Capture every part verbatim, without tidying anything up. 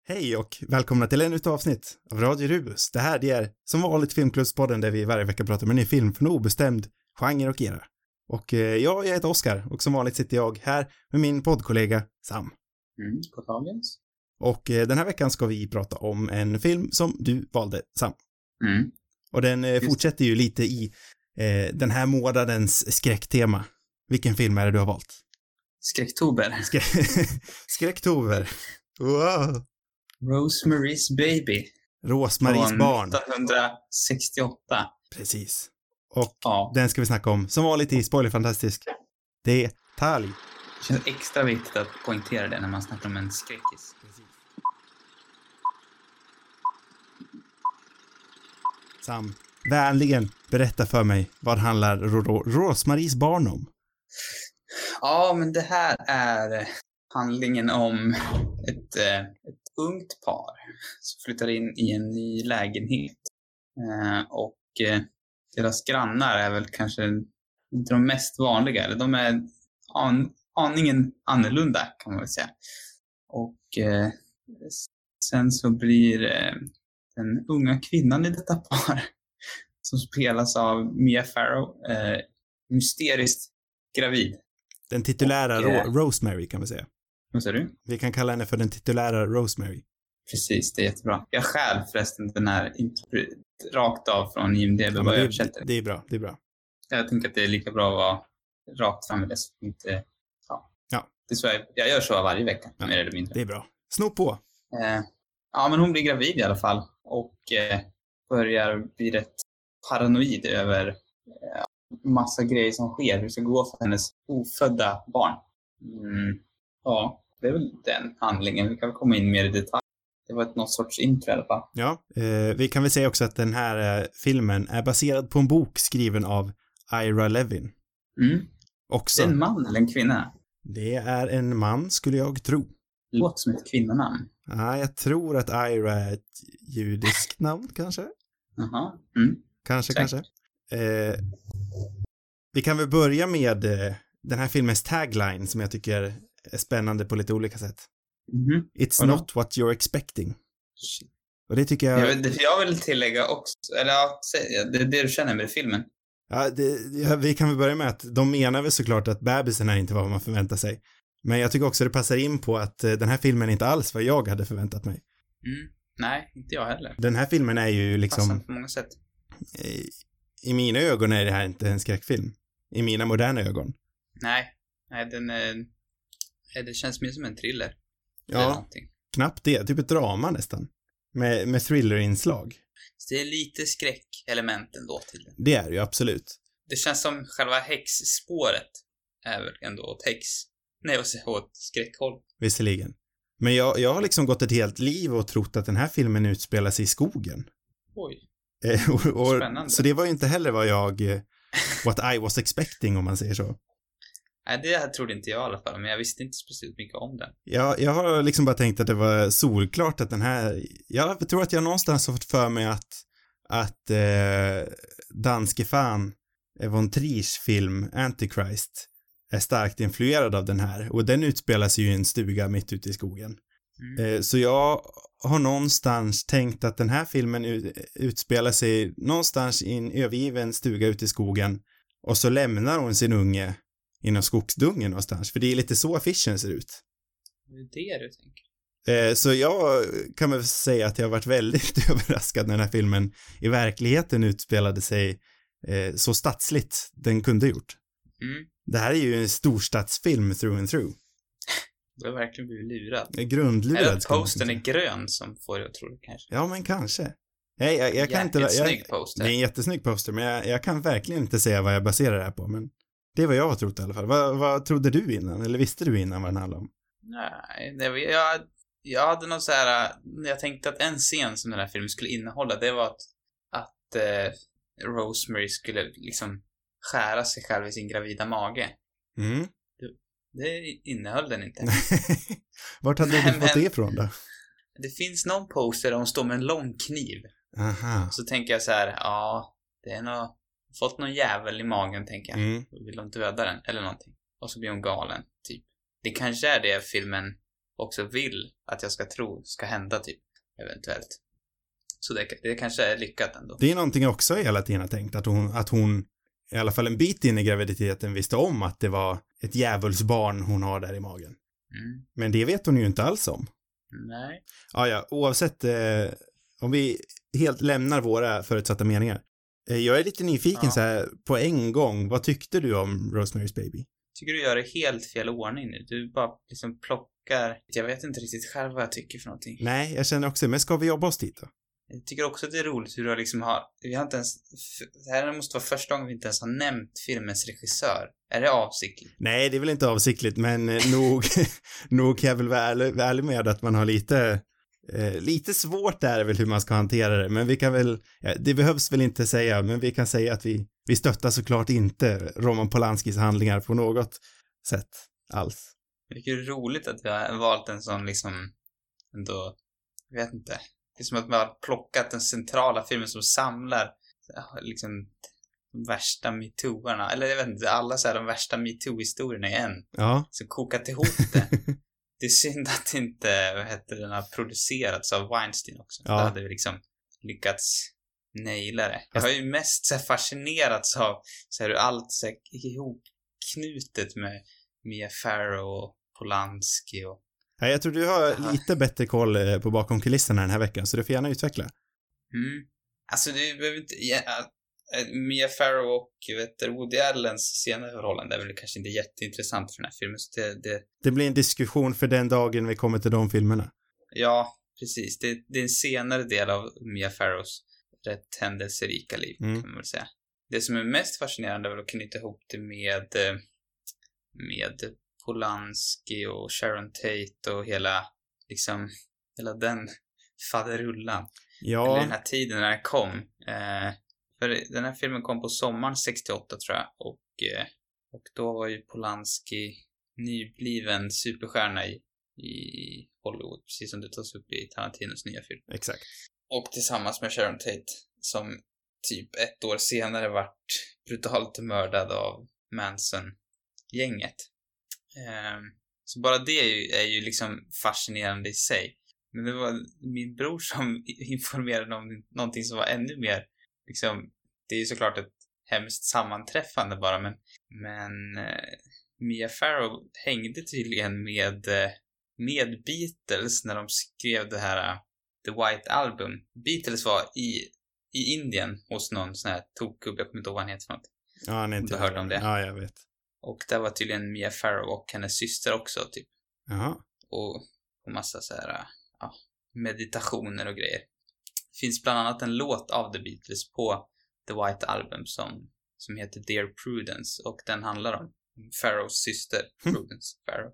Hej och välkomna till en utav avsnitt av Radio Rubus. Det här det är som vanligt Filmklubbspodden där vi varje vecka pratar med en ny film från obestämd genre och era. Och eh, ja, jag heter Oskar och som vanligt sitter jag här med min poddkollega Sam. Mm, på dagens. Och eh, den här veckan ska vi prata om en film som du valde, Sam. Mm. Och den eh, fortsätter ju lite i eh, den här månadens skräcktema. Vilken film är det du har valt? Skräcktober. Skrä- Skräcktober. Wow. Rosemary's Baby. Rosemaries från barn. nittonhundrasextioåtta. Precis. Och Ja. den ska vi snacka om. Som vanligt i Spoilerfantastisk. Detalj. Det känns extra viktigt att poängtera det när man snackar om en skräckis. Sam, vänligen berätta för mig vad handlar Ro- Ro- Rosemaries barn om? Ja, men det här är handlingen om ett, eh, ett ungt par som flyttar in i en ny lägenhet. Eh, och eh, deras grannar är väl kanske inte de mest vanliga. Eller de är an, aningen annorlunda kan man väl säga. Och eh, sen så blir eh, den unga kvinnan i detta par som spelas av Mia Farrow eh, mysteriskt gravid. Den titulära och, Ro- eh, Rosemary kan vi säga. Vad säger du? Vi kan kalla henne för den titulära Rosemary. Precis, det är jättebra. Jag själv förresten den här inte rakt av från I M D B. Ja, Vad jag det, översätter. det är bra, det är bra. Jag tänker att det är lika bra att vara rakt fram med det. Så inte, ja. Ja. Det är så jag, jag gör så varje vecka, Ja, mer eller mindre. Det är bra. Sno på. Eh, ja, men hon blir gravid i alla fall. Och eh, börjar bli rätt paranoid över eh, massa grejer som sker. Hur det ska gå för hennes ofödda barn. Mm, ja, det är väl den handlingen. Vi kan komma in mer i detalj. Det var ett något sorts intro i alla fall. Ja, eh, vi kan väl säga också att den här eh, filmen är baserad på en bok skriven av Ira Levin. Mm. Också. Det är en man eller en kvinna? Det är en man, skulle jag tro. Det låter som ett kvinnonamn. Ja, jag tror att Ira är ett judiskt namn, kanske. Jaha. Mm. Kanske, Säkert. kanske. Eh, vi kan väl börja med eh, den här filmens tagline som jag tycker är spännande på lite olika sätt. Mhm. It's Vadå? not what you're expecting. Shit. Och det tycker jag... Jag, vet- jag vill tillägga också, eller ja, säg- det är det du känner med filmen. Ja, det, ja, vi kan väl börja med att de menar väl såklart att bebisen är inte vad man förväntar sig. Men jag tycker också det passar in på att eh, den här filmen är inte alls vad jag hade förväntat mig. Mm. Nej, inte jag heller. Den här filmen är ju liksom... Passar på många sätt. I, I mina ögon är det här inte en skräckfilm. I mina moderna ögon. Nej, nej den är, nej, det känns mer som en thriller. Eller Ja, någonting. knappt det. Typ ett drama nästan. Med, med thrillerinslag. Så det är lite skräckelement ändå till det. Det är det ju absolut. Det känns som själva häxspåret är väl ändå åt häx. Nej, och så åt skräckhåll. Visserligen. Men jag, jag har liksom gått ett helt liv och trott att den här filmen utspelar sig i skogen. Oj. Eh, och, och, Spännande. så det var ju inte heller vad jag... eh, What I was expecting, om man säger så. Nej, det här trodde inte jag i alla fall, men jag visste inte speciellt mycket om den. Jag, jag har liksom bara tänkt att det var solklart att den här... Jag tror att jag någonstans har fått för mig att, att eh, danske fan von Triers film Antichrist är starkt influerad av den här. Och den utspelar sig ju i en stuga mitt ute i skogen. Mm. Eh, så jag har någonstans tänkt att den här filmen u- utspelar sig någonstans i en övergiven stuga ute i skogen. Och så lämnar hon sin unge inom skogsdungen någonstans. För det är lite så affischen ser ut. Det är det du tänker. Eh, så jag kan väl säga att jag har varit väldigt överraskad när den här filmen i verkligheten utspelade sig eh, så stadsligt den kunde gjort. Mm. Det här är ju en storstadsfilm through and through. Du har verkligen blivit lurad. Grundlurad. Eller att ska man postern är säga. grön som får jag tror det kanske. Ja, men kanske. Nej, jag, jag kan inte... Jäkligt Jag, snygg poster. det är en jättesnygg poster, men jag, jag kan verkligen inte säga vad jag baserar det här på, men det är vad jag har trott i alla fall. Vad, vad trodde du innan? Eller visste du innan vad den handlade om? Nej, det var, jag, jag hade något så här. Jag tänkte att en scen som den här filmen skulle innehålla, det var att, att eh, Rosemary skulle liksom skära sig själv i sin gravida mage. Mm. Det innehöll den inte. Vart hade Nej, du fått men- det ifrån då? Det finns någon poster där hon står med en lång kniv. Aha. Så tänker jag så här, ja, det är nog fått någon jävel i magen, tänker jag. Mm. Vill de döda den, eller någonting. Och så blir hon galen, typ. Det kanske är det filmen också vill att jag ska tro ska hända typ, eventuellt. Så det, det kanske är lyckat ändå. Det är någonting jag också hela tiden har tänkt, att hon, att hon i alla fall en bit in i graviditeten visste om att det var ett djävulsbarn hon har där i magen. Mm. Men det vet hon ju inte alls om. Nej. Ja, ja, oavsett eh, om vi helt lämnar våra förutsatta meningar. Eh, jag är lite nyfiken Ja. så här på en gång. Vad tyckte du om Rosemary's Baby? Tycker du gör det helt fel ordning nu? Du bara liksom plockar... Jag vet inte riktigt själv vad jag tycker för någonting. Nej, jag känner också, men ska vi jobba oss dit då? Jag tycker också att det är roligt hur du liksom har... Vi har inte ens... Det här måste vara första gången vi inte ens har nämnt filmens regissör. Är det avsiktligt? Nej, det är väl inte avsiktligt, men eh, nog, nog kan jag väl vara ärlig, vara ärlig med att man har lite... Eh, lite svårt är väl hur man ska hantera det, men vi kan väl, ja, det behövs väl inte säga, men vi kan säga att vi, vi stöttar såklart inte Roman Polanskis handlingar på något sätt alls. Jag tycker det är roligt att vi har valt en sån liksom, ändå, jag vet inte, det är som att vi har plockat den centrala filmen som samlar liksom de värsta MeToo-arna, eller jag vet inte, alla så här de värsta MeToo-historierna i en. Ja. Så kokat ihop det. Det är synd att inte, vad heter den, har producerats av Weinstein också. Ja. Då hade vi liksom lyckats naila det. Jag har ju mest så här fascinerats av så här hur allt så här ihopknutet med Mia Farrow och Polanski och... Ja, jag tror du har Aha. lite bättre koll eh, på bakom kulisserna den här veckan, så du får gärna utveckla. Mm. Alltså det behöver inte... Ja, Mia Farrow och vet du, Woody Allens senare förhållande är väl kanske inte jätteintressant för den här filmen. Så det, det... Det blir en diskussion för den dagen vi kommer till de filmerna. Ja, precis. Det, det är en senare del av Mia Farrows rätt händelserika liv, Mm. kan man väl säga. Det som är mest fascinerande är väl att knyta ihop det med, med Polanski och Sharon Tate och hela, liksom, hela den faderullan. Ja. Eller den här tiden när den kom. Eh, för den här filmen kom på sommaren sextioåtta tror jag. Och, eh, och då var ju Polanski nybliven superstjärna i, i Hollywood. Precis som det tas upp i Tarantinos nya film. Exakt. Och tillsammans med Sharon Tate som typ ett år senare vart brutalt mördad av Manson-gänget. Eh, så bara det är ju, är ju liksom fascinerande i sig. Men det var min bror som informerade om någonting som var ännu mer liksom, det är ju såklart ett hemskt sammanträffande bara, men, men eh, Mia Farrow hängde tydligen med, eh, med Beatles när de skrev det här uh, The White Album. Beatles var i, i Indien hos någon sån här tokkubbe, jag kommer inte ihåg vad han heter för något. Ja, han är inte... Du hörde om det? Ja, jag vet. Och där var tydligen Mia Farrow och hennes syster också, typ. Jaha. Och, och massa så här, ja, meditationer och grejer. Det finns bland annat en låt av The Beatles på The White Album som, som heter Dear Prudence. Och den handlar om Farrows syster, Prudence Farrow.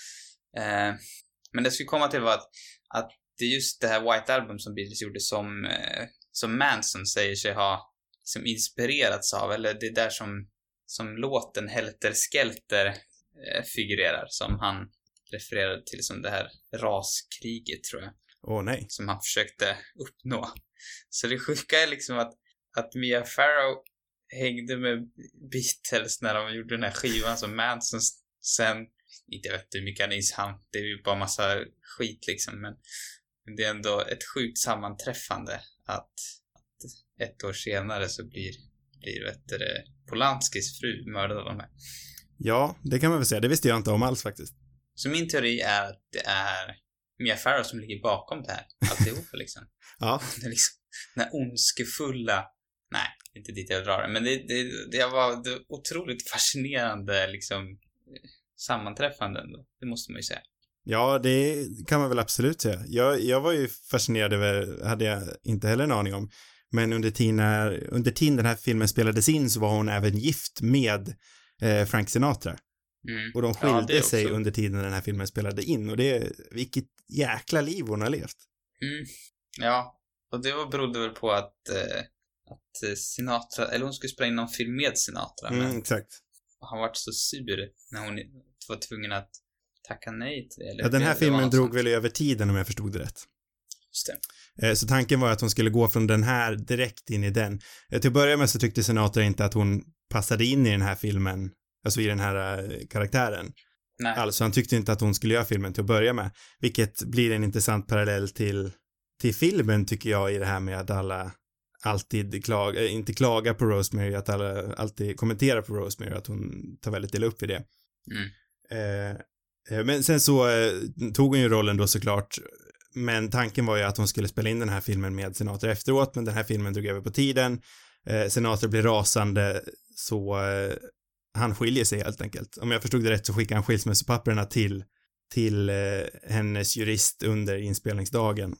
Eh, men det skulle komma till var att, att det är just det här White Album som Beatles gjorde som, eh, som Manson säger sig ha liksom inspirerats av. Eller det är där som, som låten Helter Skelter eh, figurerar. Som han refererade till som det här raskriget, tror jag. Åh, oh, nej. Som han försökte uppnå. Så det sjuka är liksom att, att Mia Farrow hängde med Beatles när de gjorde den här skivan som Manson sen, inte vet hur mycket han is han, det är ju bara massa skit liksom, men det är ändå ett sjukt sammanträffande att, att ett år senare så blir, blir vet du, Polanskis fru mördad av de här. Ja, det kan man väl säga. Det visste jag inte om alls faktiskt. Så min teori är att det är Mia Farrow som ligger bakom det här alltihopa liksom. Ja. Det är liksom den här ondskefulla, nej, inte dit jag drar det, men det, det, det var det otroligt fascinerande liksom sammanträffande ändå, det måste man ju säga. Ja, det kan man väl absolut säga. Jag, jag var ju fascinerad över, hade jag inte heller en aning om, men under tiden, när, under tiden den här filmen spelades in så var hon även gift med eh, Frank Sinatra. Mm. Och de skilde ja, sig under tiden den här filmen spelade in. Och det, vilket jäkla liv hon har levt. Mm. Ja, och det var berodde väl på att, eh, att Sinatra, eller hon skulle spela in någon film med Sinatra. Mm, men exakt. han var så sur när hon var tvungen att tacka nej till det. Eller Ja, den här filmen drog sånt. väl över tiden om jag förstod det rätt. Just det. Eh, så tanken var att hon skulle gå från den här direkt in i den. Eh, till att börja med så tyckte Sinatra inte att hon passade in i den här filmen. Alltså i den här uh, karaktären. Nej. Alltså han tyckte inte att hon skulle göra filmen till att börja med. Vilket blir en intressant parallell till, till filmen tycker jag i det här med att alla alltid klaga, inte klaga på Rosemary, att alla alltid kommenterar på Rosemary, att hon tar väldigt illa upp i det. Mm. Eh, men sen så eh, tog hon ju rollen då såklart, men tanken var ju att hon skulle spela in den här filmen med Sinatra efteråt, men den här filmen drog över på tiden. Eh, Sinatra blir rasande, så eh, han skiljer sig helt enkelt. Om jag förstod det rätt så skickade han skilsmässopapperna till till eh, hennes jurist under inspelningsdagen.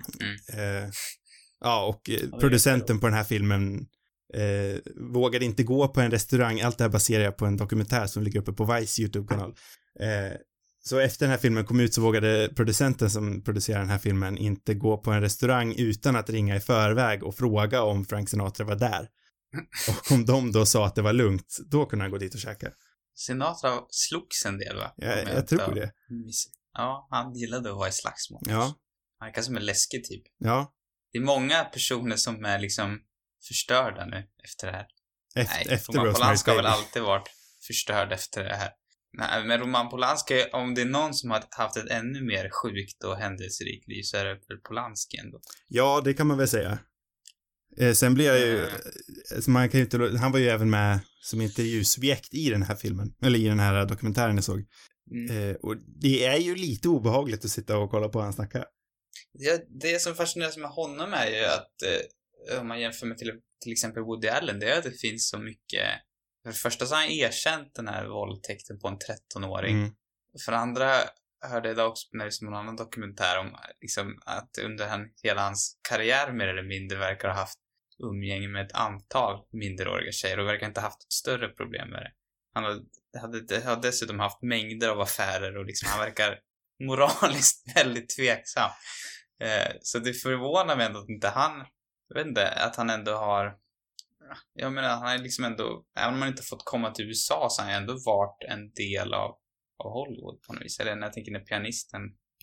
Mm. Eh, ja, och eh, producenten på den här filmen eh, vågade inte gå på en restaurang. Allt det här baserar jag på en dokumentär som ligger uppe på Vice YouTube-kanal. Eh, så efter den här filmen kom ut så vågade producenten som producerar den här filmen inte gå på en restaurang utan att ringa i förväg och fråga om Frank Sinatra var där. Och om de då sa att det var lugnt, då kunde han gå dit och käka. Sinatra slogs en del, va? Ja, jag, jag tror tar... det. Ja, han gillade att vara i slagsmål. Ja. Han verkar som en läskig typ. Ja. Det är många personer som är liksom förstörda nu efter det här. Efter, Nej, efter Roman Rosemary's Polanski har väl Baby. alltid varit förstörd efter det här. Nej, men Roman Polanski, om det är någon som har haft ett ännu mer sjukt och händelserikt liv så är det väl Polanski ändå. Ja, det kan man väl säga. Eh, sen blir jag ju, Mm. alltså man kan ju inte, han var ju även med som intervjusubjekt i den här filmen, eller i den här dokumentären jag såg. Mm. Eh, och det är ju lite obehagligt att sitta och kolla på han snacka. Det, det som fascinerar med honom är ju att eh, om man jämför med till, till exempel Woody Allen, det är att det finns så mycket. För det första så har han erkänt den här våldtäkten på en trettonåring. Mm. För det andra hörde jag också när det är en annan dokumentär om liksom, att under han, hela hans karriär mer eller mindre verkar ha haft umgänge med ett antal minderåriga tjejer och verkar inte haft ett större problem med det. Han har, hade, har dessutom haft mängder av affärer och liksom, han verkar moraliskt väldigt tveksam. Eh, så det förvånar mig ändå att inte han, jag vet inte, att han ändå har, jag menar, han har liksom ändå, även om han inte fått komma till U S A så har han ändå varit en del av, av Hollywood på något vis. Eller när jag tänker när pianisten.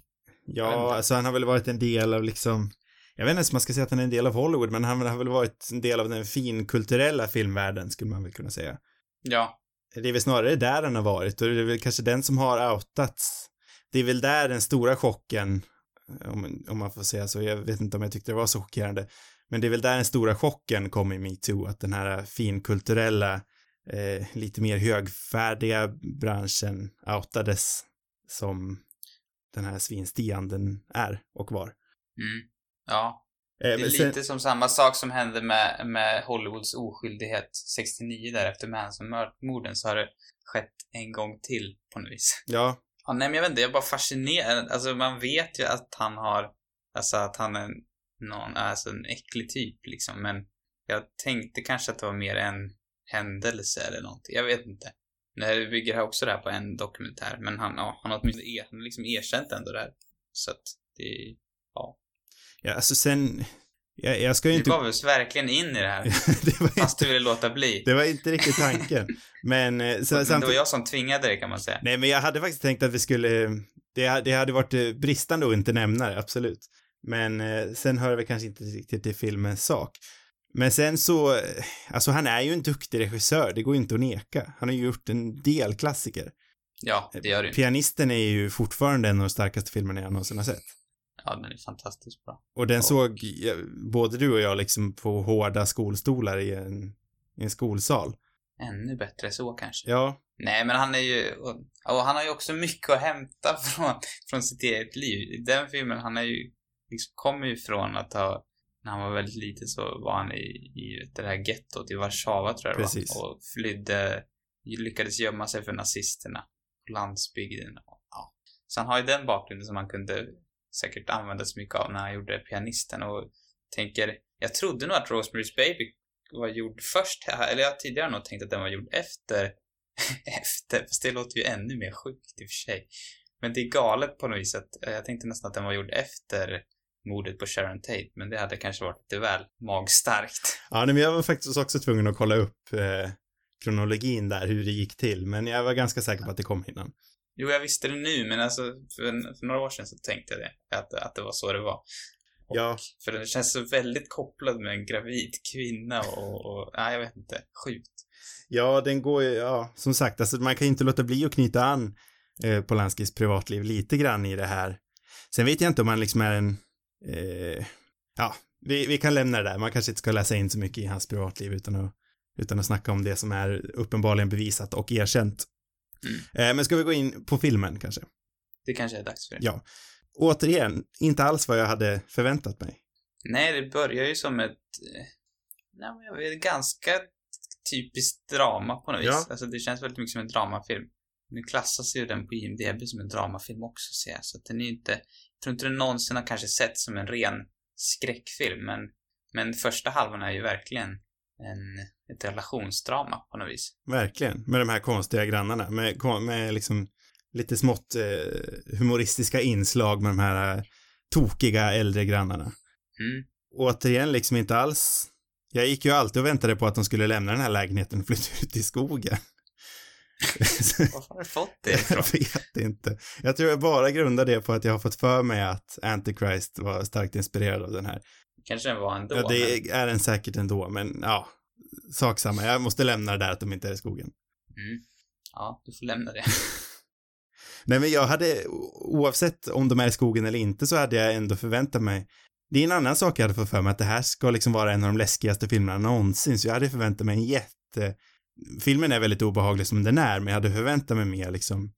Ja, alltså han har väl varit en del av liksom, jag vet inte om man ska säga att han är en del av Hollywood, men han har väl varit en del av den finkulturella filmvärlden skulle man väl kunna säga. Ja. Det är väl snarare där han har varit och det är väl kanske den som har outats. Det är väl där den stora chocken, om, om man får säga så, jag vet inte om jag tyckte det var så chockerande, men det är väl där den stora chocken kom i Me Too, att den här finkulturella, eh, lite mer högfärdiga branschen outades som den här svinstianden är och var. Mm. Ja. Eh, Det är men lite sen, som samma sak som hände med, med Hollywoods oskyldighet sextionio där efter Manson-morden, så har det skett en gång till på något vis. ja, Ja, nej men jag vet inte, jag är bara fascinerad. Alltså man vet ju att han har, alltså att han är någon, alltså en äcklig typ liksom, men jag tänkte kanske att det var mer en händelse eller någonting, jag vet inte. Det bygger här också där på en dokumentär, men han, ja, han har åtminstone er, han har liksom erkänt ändå det här. Så att det, ja. ja, alltså sen, jag, jag ska ju Du inte... gav oss verkligen in i det här. det, var Fast du inte, ville låta bli. det var inte riktigt tanken. Men, eh, så, Men det samtidigt... var jag som tvingade det, kan man säga. Nej, men jag hade faktiskt tänkt att vi skulle, det, det hade varit eh, bristande att inte nämna det, absolut. Men eh, sen hör vi kanske inte riktigt till filmens sak. Men sen så, eh, alltså han är ju en duktig regissör, det går ju inte att neka. Han har ju gjort en del klassiker. Ja, det gör du. Pianisten är ju fortfarande en av de starkaste filmerna jag någonsin har sett. Ja, den är fantastiskt bra. Och den Ja. såg ja, både du och jag liksom på hårda skolstolar i en, i en skolsal. Ännu bättre så kanske. Ja, Nej, men han är ju, och, och han har ju också mycket att hämta från, från sitt eget liv. I den filmen, han är ju, liksom kommer ju från att ha, när han var väldigt liten så var han i, i det här gettot i Warszawa, tror jag det Precis. var. Och flydde, lyckades gömma sig för nazisterna på landsbygden. Ja. Så han har ju den bakgrunden som man kunde säkert använda så mycket av när han gjorde Pianisten. Och tänker, jag trodde nog att Rosemary's Baby var gjord först, eller jag tidigare nog tänkt att den var gjord efter efter, fast det låter ju ännu mer sjukt i och för sig. Men det är galet på något vis att jag tänkte nästan att den var gjord efter mordet på Sharon Tate, men det hade kanske varit lite väl magstarkt. ja men jag var faktiskt också tvungen att kolla upp eh, kronologin där, hur det gick till, men jag var ganska säker på att det kom innan. Jo, jag visste det nu, men alltså för, för några år sedan så tänkte jag det, att, att det var så det var. Och, Ja. För det känns så väldigt kopplad med en gravid kvinna och, och nej, jag vet inte, sjukt. Ja, den går ju, ja, som sagt, alltså man kan ju inte låta bli att knyta an eh, Polanskis privatliv lite grann i det här. Sen vet jag inte om man liksom är en eh, ja, vi, vi kan lämna det där. Man kanske inte ska läsa in så mycket i hans privatliv utan att, utan att snacka om det som är uppenbarligen bevisat och erkänt. Mm. Eh, men ska vi gå in på filmen kanske? Det kanske är dags för det. Ja. Återigen, inte alls vad jag hade förväntat mig. Nej, det börjar ju som ett nej, men jag vet, ganska typiskt drama på något vis. Ja. Alltså det känns väldigt mycket som en dramafilm. Nu klassas ju den på I M D B som en dramafilm också, ser jag. Så att den är inte, jag tror inte den någonsin har kanske sett som en ren skräckfilm. Men, men första halvan är ju verkligen en, ett relationsdrama på något vis. Verkligen, med de här konstiga grannarna. Med, med liksom lite smått eh, humoristiska inslag med de här eh, tokiga äldre grannarna. Mm. Återigen liksom inte alls. Jag gick ju alltid och väntade på att de skulle lämna den här lägenheten och flytta ut i skogen. Varför har du fått det ifrån? Jag vet inte. Jag tror jag bara grundar det på att jag har fått för mig att Antichrist var starkt inspirerad av den här. Kanske den var ändå. Ja, det men... är den säkert ändå, men ja, sak samma. Jag måste lämna det där att de inte är i skogen. Mm. Ja, du får lämna det. Nej, men jag hade, oavsett om de är i skogen eller inte, så hade jag ändå förväntat mig. Det är en annan sak jag hade fått för mig, att det här ska liksom vara en av de läskigaste filmerna någonsin, så jag hade förväntat mig en jätte... Filmen är väldigt obehaglig som den är, men jag hade förväntat mig mer liksom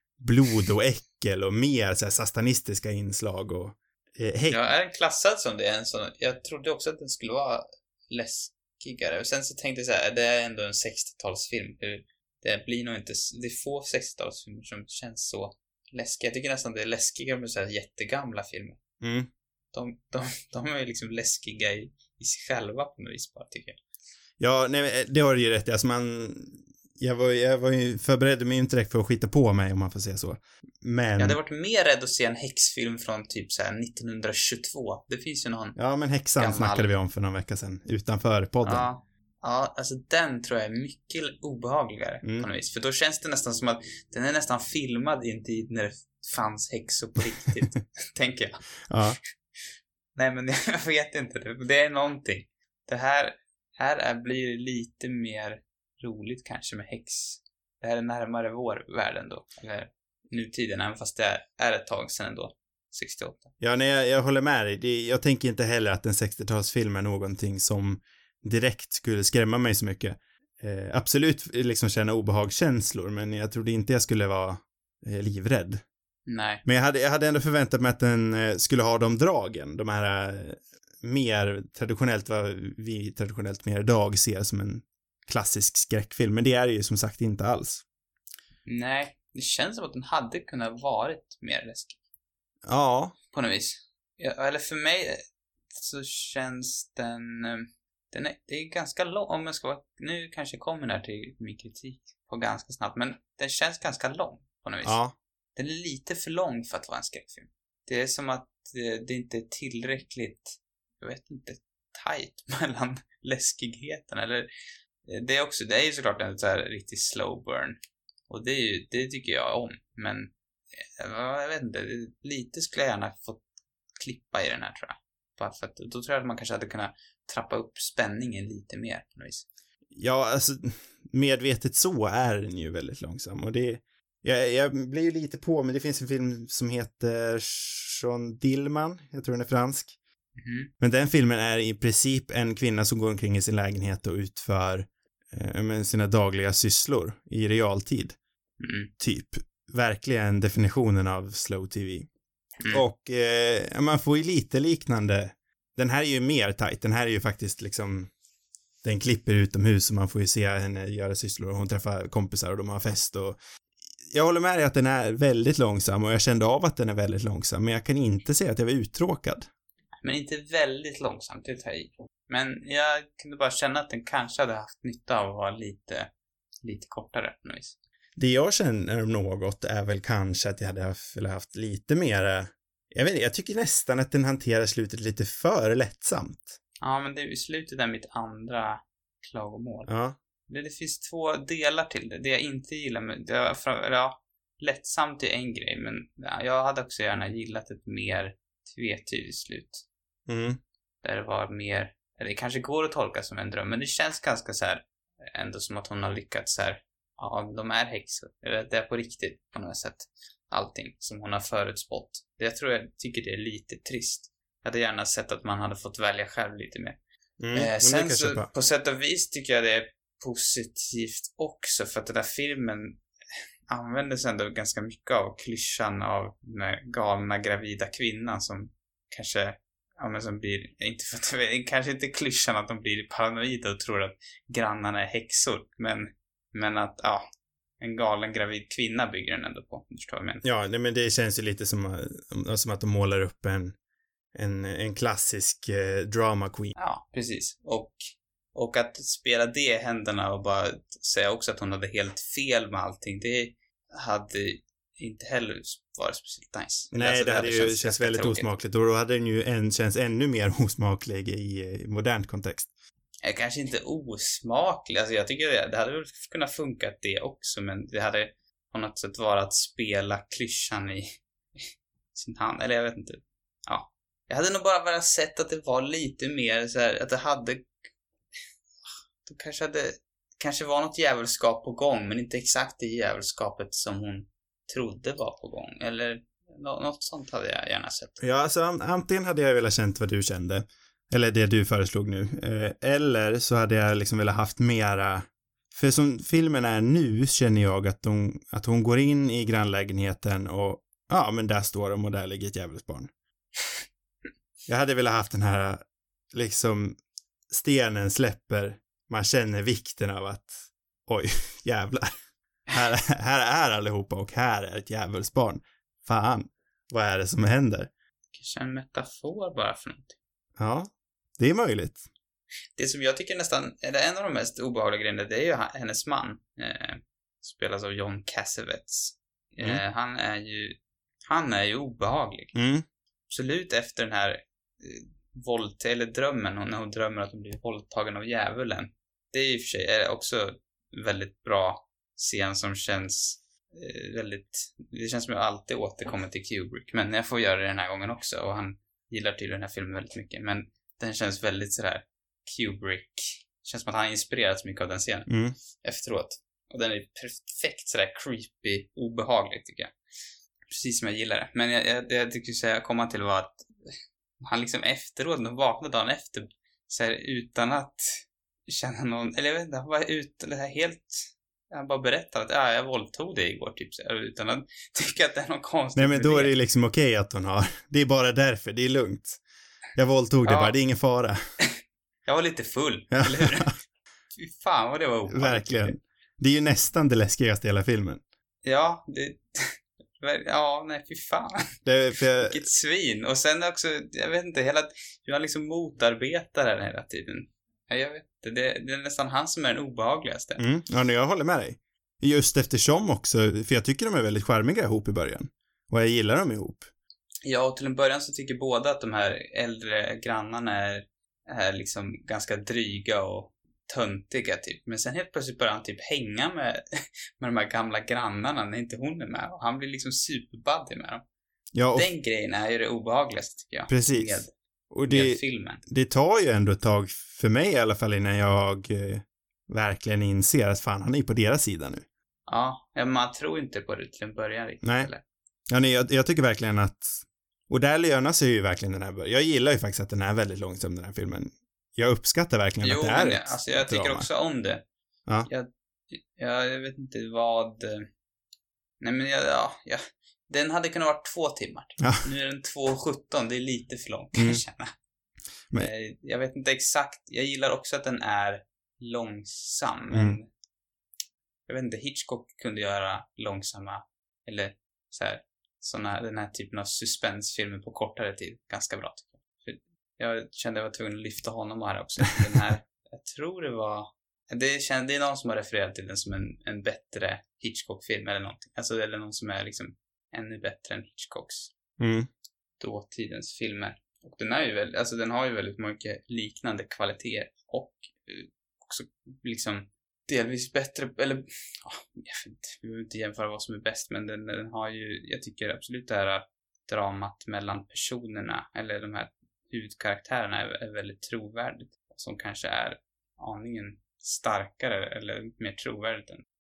blod och äckel och mer så här satanistiska inslag och eh, hej. Jag är klassad som det, en sån, jag trodde också att den skulle vara läskigare, och sen så tänkte jag så här, det är ändå en sextiotalsfilm. Det blir nog inte, det är få sextiotalsfilmer som känns så läskiga. Jag tycker nästan det är läskigare med så här jättegamla filmer. Mm. De, de, de är ju liksom läskiga i, i sig själva på något vis bara, tycker jag. Ja, nej, det har du ju rätt i. Alltså man, jag var, jag var ju förberedd mig inte direkt för att skita på mig, om man får säga så. Men... Jag hade varit mer rädd att se en häxfilm från typ så här nittonhundratjugotvå. Det finns ju någon... Ja, men Häxan gammal... snackade vi om för någon vecka sedan, utanför podden. Ja, ja, alltså den tror jag är mycket obehagligare mm. på något vis. För då känns det nästan som att den är nästan filmad i en tid när det fanns häxor på riktigt, tänker jag. Ja. Nej, men jag vet inte. Det är någonting. Det här... Här är, blir lite mer roligt kanske med häx. Det här är närmare vår värld ändå. Eller nutiden, även fast det är, är ett tag sedan ändå. sextioåtta. Ja, nej, jag, jag håller med dig. Det, jag tänker inte heller att en sextiotalsfilm är någonting som direkt skulle skrämma mig så mycket. Eh, absolut liksom känna obehagskänslor, men jag trodde inte jag skulle vara eh, livrädd. Nej. Men jag hade, jag hade ändå förväntat mig att den eh, skulle ha de dragen. De här... Eh, mer traditionellt, vad vi traditionellt mer idag ser som en klassisk skräckfilm, men det är ju som sagt inte alls. Nej, det känns som att den hade kunnat varit mer läskig. Ja. På något vis. Ja, eller för mig så känns den, den är, det är ganska lång, om jag ska vara, nu kanske jag kommer där till min kritik på ganska snabbt, men den känns ganska lång på något vis. Ja. Den är lite för lång för att vara en skräckfilm. Det är som att det, det inte är tillräckligt, jag vet inte, tight mellan läskigheten, eller det är också, det är ju såklart en så här riktigt slow burn, och det är ju, det tycker jag om, men jag vet inte, lite skulle jag gärna få klippa i den här, tror jag, bara för att då tror jag att man kanske hade kunnat trappa upp spänningen lite mer på något vis. Ja, alltså medvetet så är den ju väldigt långsam, och det jag, jag blir ju lite på, men det finns en film som heter Jean Dillman, jag tror den är fransk. Mm. Men den filmen är i princip en kvinna som går omkring i sin lägenhet och utför eh, sina dagliga sysslor i realtid. Mm. Typ. Verkligen definitionen av slow tv. Mm. Och eh, man får ju lite liknande. Den här är ju mer tight. Den här är ju faktiskt liksom, den klipper utomhus och man får ju se henne göra sysslor och hon träffar kompisar och de har fest och jag håller med dig att den är väldigt långsam och jag kände av att den är väldigt långsam, men jag kan inte säga att jag var uttråkad. Men inte väldigt långsamt, det tar i. Men jag kunde bara känna att den kanske hade haft nytta av att vara lite, lite kortare på något vis. Det jag känner om något är väl kanske att jag hade haft, eller haft lite mer. Jag vet inte, jag tycker nästan att den hanterar slutet lite för lättsamt. Ja, men det är i slutet är mitt andra klagomål. Ja. Det, det finns två delar till det. Det jag inte gillar med det var, ja, lättsamt är en grej, men ja, jag hade också gärna gillat ett mer tvetydigt slut. Mm. Där det var mer, eller det kanske går att tolka som en dröm, men det känns ganska så här ändå som att hon har lyckats så här ja, de är häxor. Det är på riktigt på något sätt. Allting som hon har förutspått. Det jag tror jag tycker det är lite trist. Jag hade gärna sett att man hade fått välja själv lite mer. Mm, eh, sen så köpa. på sätt och vis tycker jag det är positivt också, för att den där filmen använder sig ändå ganska mycket av klyschan av den här galna gravida kvinnan som kanske, ja men som blir, inte för att, kanske inte klyschan att de blir paranoida och tror att grannarna är häxor, men, men att, ja, en galen gravid kvinna bygger den ändå på, förstår jag men. Ja, nej, men det känns ju lite som, som att de målar upp en, en, en klassisk eh, drama queen. Ja, precis. Och, och att spela det i händerna och bara säga också att hon hade helt fel med allting, det hade inte heller varit speciellt nice. Nej, alltså, det, det hade ju känts känns väldigt tråkigt. osmakligt och då hade den ju en, känns ännu mer osmaklig i, i modern kontext. Eh, kanske inte osmaklig, alltså jag tycker det, det hade väl kunnat funka det också, men det hade på något sätt varit att spela klyschan i sin hand, eller jag vet inte. Ja. Jag hade nog bara velat sett att det var lite mer så här, att det hade då kanske hade kanske var något djävulskap på gång, men inte exakt det djävulskapet som hon trodde var på gång, eller något sånt hade jag gärna sett. Ja, alltså antingen hade jag velat känt vad du kände, eller det du föreslog nu, eh, eller så hade jag liksom velat haft mera, för som filmen är nu känner jag att, de, att hon går in i grannlägenheten och ja, men där står de och där ligger ett djävulsbarn. Jag hade velat haft den här liksom stenen släpper, man känner vikten av att oj, jävlar. Här, här är allihopa och här är ett djävulsbarn. Fan, vad är det som händer? Kanske en metafor bara för någonting. Ja, det är möjligt. Det som jag tycker nästan är en av de mest obehagliga grejerna, det är ju hennes man. Eh, spelas av John Cassavetes. Eh, Mm. Han är ju han är ju obehaglig. Mm. Absolut efter den här eh, våld eller drömmen, när hon drömmer att hon blir våldtagen av djävulen. Det är i och för sig är också väldigt bra scen som känns eh, väldigt, det känns som jag alltid återkommer till Kubrick, men jag får göra det den här gången också, och han gillar tydligen den här filmen väldigt mycket, men den känns väldigt sådär Kubrick, känns som att han har inspirerats mycket av den scenen Mm. efteråt, och den är perfekt sådär creepy, obehaglig tycker jag, precis som jag gillar det. Men jag, jag, det jag tyckte säga komma till var att han liksom efteråt, när han vaknade dagen efter så här, utan att känna någon, eller jag vet inte, han var ut, eller här, helt, han bara berättade att ja, jag våldtog dig igår typ, så här, utan att tycka att det är något konstigt. Nej, men då är det liksom okej att hon har, det är bara därför, det är lugnt. Jag våldtog det Ja. bara, det är ingen fara. Jag var lite full, Ja. eller hur? Fy fan vad det var obehagligt. Verkligen. Det är ju nästan det läskigaste i hela filmen. Ja, det, ja, nej fy fan. Det, för, Vilket svin. Och sen också, jag vet inte, hela, hur han liksom motarbetar den hela tiden. Ja, jag vet inte, det, det är nästan han som är den obehagligaste. mm, ja, nu jag håller med dig. Just eftersom också, för jag tycker de är väldigt charmiga ihop i början. Och jag gillar dem ihop. Ja, och till en början så tycker båda att de här äldre grannarna är, är liksom ganska dryga och töntiga typ. Men sen helt plötsligt börjar han typ hänga med, med de här gamla grannarna när inte hon är med. Och han blir liksom superbuddy med dem. Ja, och Den grejen är ju det obehagligaste tycker jag. precis. Med, Och med det, filmen. det tar ju ändå ett tag, för mig i alla fall, innan jag eh, verkligen inser att fan, han är på deras sida nu. Ja, man tror inte på det till en början riktigt. Nej. Eller? Ja, nej, jag, jag tycker verkligen att, och där lönar sig ju verkligen den här början. Jag gillar ju faktiskt att den är väldigt långsam, den här filmen. Jag uppskattar verkligen Jo, att det är men ett alltså jag tycker drama. också om det. Ja. Jag, jag, jag vet inte vad... Nej men jag, ja, ja. Den hade kunnat vara två timmar. Ja. Nu är den två sjutton, det är lite för långt kan Mm. jag känna. Men- Eh, Jag vet inte exakt, jag gillar också att den är långsam. Men Mm. jag vet inte, Hitchcock kunde göra långsamma, eller så här, såna, den här typen av suspensfilmer på kortare tid ganska bra tycker jag. För jag kände jag var tvungen att lyfta honom här också. Den här, jag tror det var, det, känd, det är någon som har refererat till den som en, en bättre Hitchcock-film eller någonting. Alltså, eller någon som är liksom ännu bättre än Hitchcocks Mm. dåtidens filmer. Och den är ju väldigt, alltså den har ju väldigt mycket liknande kvaliteter och eh, också liksom delvis bättre, eller ja, jag vet inte, vi behöver inte jämföra vad som är bäst, men den, den har ju, jag tycker absolut det här dramat mellan personerna, eller de här huvudkaraktärerna är, är väldigt trovärdigt, som kanske är aningen starkare eller mer trovärdigt än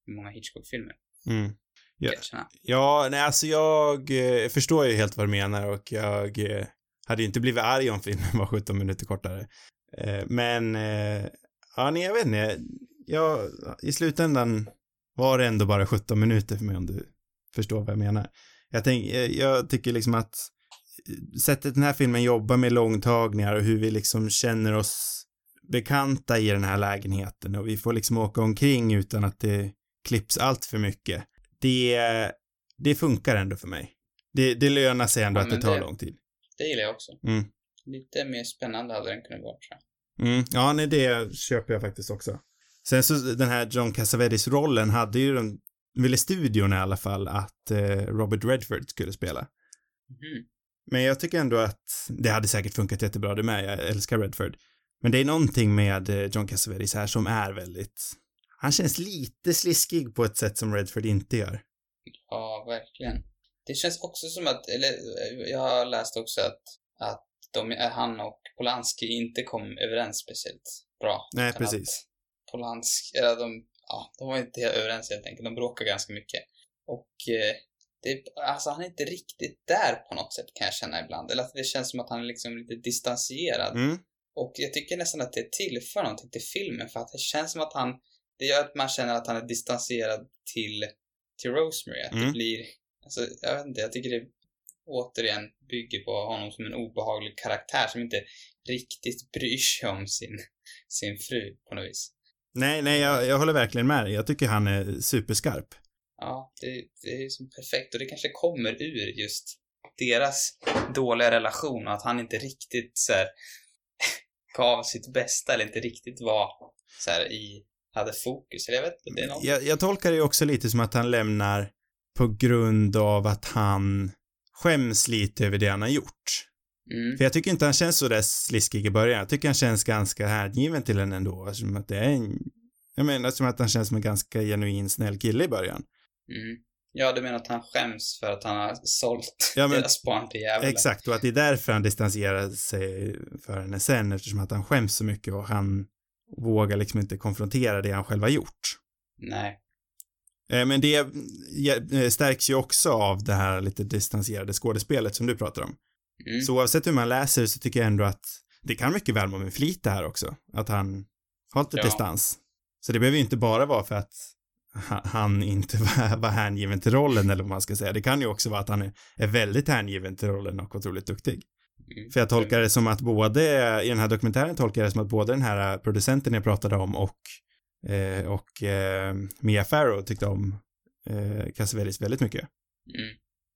många Hitchcock-filmer. Mm. Ja, jag ja, nej alltså jag eh, förstår ju helt vad du menar och jag eh, hade ju inte blivit arg om filmen var sjutton minuter kortare. Eh, men, eh, ja nej jag vet inte, jag, i slutändan var det ändå bara sjutton minuter för mig om du förstår vad jag menar. Jag, tänk, jag, jag tycker liksom att sättet den här filmen jobbar med långtagningar och hur vi liksom känner oss bekanta i den här lägenheten och vi får liksom åka omkring utan att det klipps allt för mycket. Det, det funkar ändå för mig. Det, det lönar sig ändå ja, att det tar det, lång tid. Det gillar jag också. Mm. Lite mer spännande hade den kunnat vara, tror jag. Mm. Ja, nej, det köper jag faktiskt också. Sen så den här John Cassavetes rollen hade ju de, ville studion i alla fall att eh, Robert Redford skulle spela. Mm. Men jag tycker ändå att det hade säkert funkat jättebra det med. Jag älskar Redford. Men det är någonting med John Cassavetes här som är väldigt... Han känns lite sliskig på ett sätt som Redford inte gör. Ja, verkligen. Det känns också som att... Eller jag har läst också att, att de, han och Polanski inte kom överens speciellt bra. Nej, precis. Polanski... Eller de, ja, de var inte överens helt enkelt. De bråkar ganska mycket. Och... Eh, Det, alltså han är inte riktigt där på något sätt kan jag känna ibland. Eller att det känns som att han är liksom lite distanserad. Mm. Och jag tycker nästan att det tillför någonting till filmen. För att det känns som att han... Det gör att man känner att han är distanserad till, till Rosemary. Att mm. det blir... Alltså jag vet inte, jag tycker det återigen bygger på honom som en obehaglig karaktär som inte riktigt bryr sig om sin, sin fru på något vis. Nej, nej, jag, jag håller verkligen med dig. Jag tycker han är superskarp. Ja, det, det är ju som perfekt. Och det kanske kommer ur just deras dåliga relation. Och att han inte riktigt så här, gav sitt bästa. Eller inte riktigt var så här, i, hade fokus. Eller jag vet inte, det är något. Jag, jag tolkar det också lite som att han lämnar på grund av att han skäms lite över det han har gjort. Mm. För jag tycker inte han känns så där sliskig i början. Jag tycker han känns ganska hängiven till en ändå. Som att det är en, jag menar som att han känns som en ganska genuin snäll kille i början. Mm. Ja, du menar att han skäms för att han har sålt ja, men, deras barn till djävulen. Exakt, och att det är därför han distanserar sig för henne sen, eftersom att han skäms så mycket och han vågar liksom inte konfrontera det han själv har gjort. Nej. Men det stärks ju också av det här lite distanserade skådespelet som du pratar om. Mm. Så oavsett hur man läser så tycker jag ändå att det kan mycket väl vara med flit det här också. Att han har lite ja. distans. Så det behöver ju inte bara vara för att han inte var, var hängiven till rollen eller vad man ska säga. Det kan ju också vara att han är, är väldigt hängiven till rollen och otroligt duktig. Mm. För jag tolkar det som att både, i den här dokumentären tolkar jag det som att både den här producenten jag pratade om och, eh, och eh, Mia Farrow tyckte om eh, Cassavetes väldigt mycket. Mm.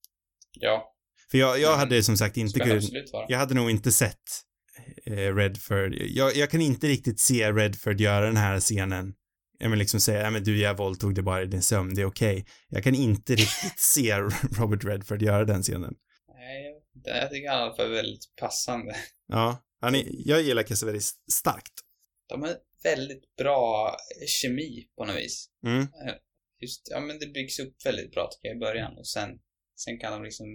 Ja. För jag, jag hade som sagt inte kunnat, jag hade nog inte sett eh, Redford. Jag, jag kan inte riktigt se Redford göra den här scenen. Jag vill liksom säga, ja men du, jag våldtog det bara i din sömn, det är okej. Okay. Jag kan inte riktigt se Robert Redford göra den scenen. Nej, jag tycker han i alla fall är väldigt passande. Ja, han är, jag gillar Cassavetes starkt. De är väldigt bra kemi på något vis. Mm. Just, ja men det byggs upp väldigt bra tycker jag i början. Och sen, sen kan de liksom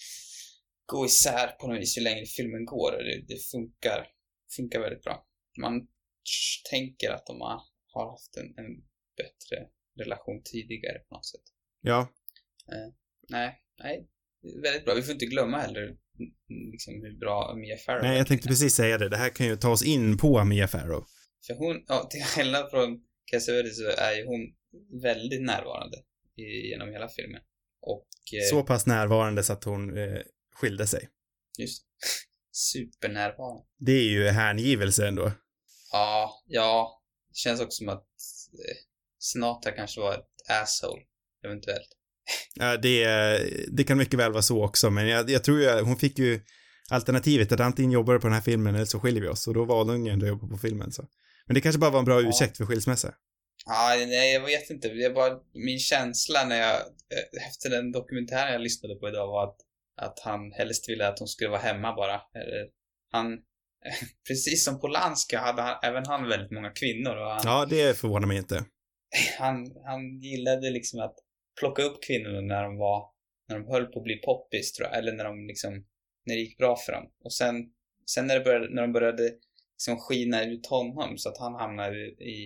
gå isär på något vis ju längre filmen går. Och det, det funkar, funkar väldigt bra. Man tänker att de har har haft en, en bättre relation tidigare på något sätt. Ja. Eh, nej, nej. Väldigt bra. Vi får inte glömma heller liksom hur bra Mia Farrow är. Nej, jag tänkte precis säga det. Det här kan ju ta oss in på Mia Farrow. För hon, ja, till skillnad från Cassavetes så är ju hon väldigt närvarande i, genom hela filmen. Och, eh, så pass närvarande så att hon eh, skilde sig. Just supernärvarande. Det är ju hängivelse ändå. Ja, ja. Det känns också som att eh, Snata kanske var ett asshole, eventuellt. Ja, det, det kan mycket väl vara så också, men jag, jag tror ju hon fick ju alternativet att antingen jobbar på den här filmen eller så skiljer vi oss, och då valde hon ju ändå att jobba på filmen. Så. Men det kanske bara var en bra ja. ursäkt för skilsmässa. Ja, nej, jag vet inte. Det var min känsla när jag, efter den dokumentären jag lyssnade på idag var att, att han helst ville att hon skulle vara hemma bara. Han... Precis som Polanski hade han, även han väldigt många kvinnor. Och han, ja, det förvånar mig inte. Han, han gillade liksom att plocka upp kvinnorna när de var, när de höll på att bli poppis, tror jag. Eller när de liksom, när det gick bra för dem. Och sen, sen när, det började, när de började liksom skina ut honom så att han hamnade i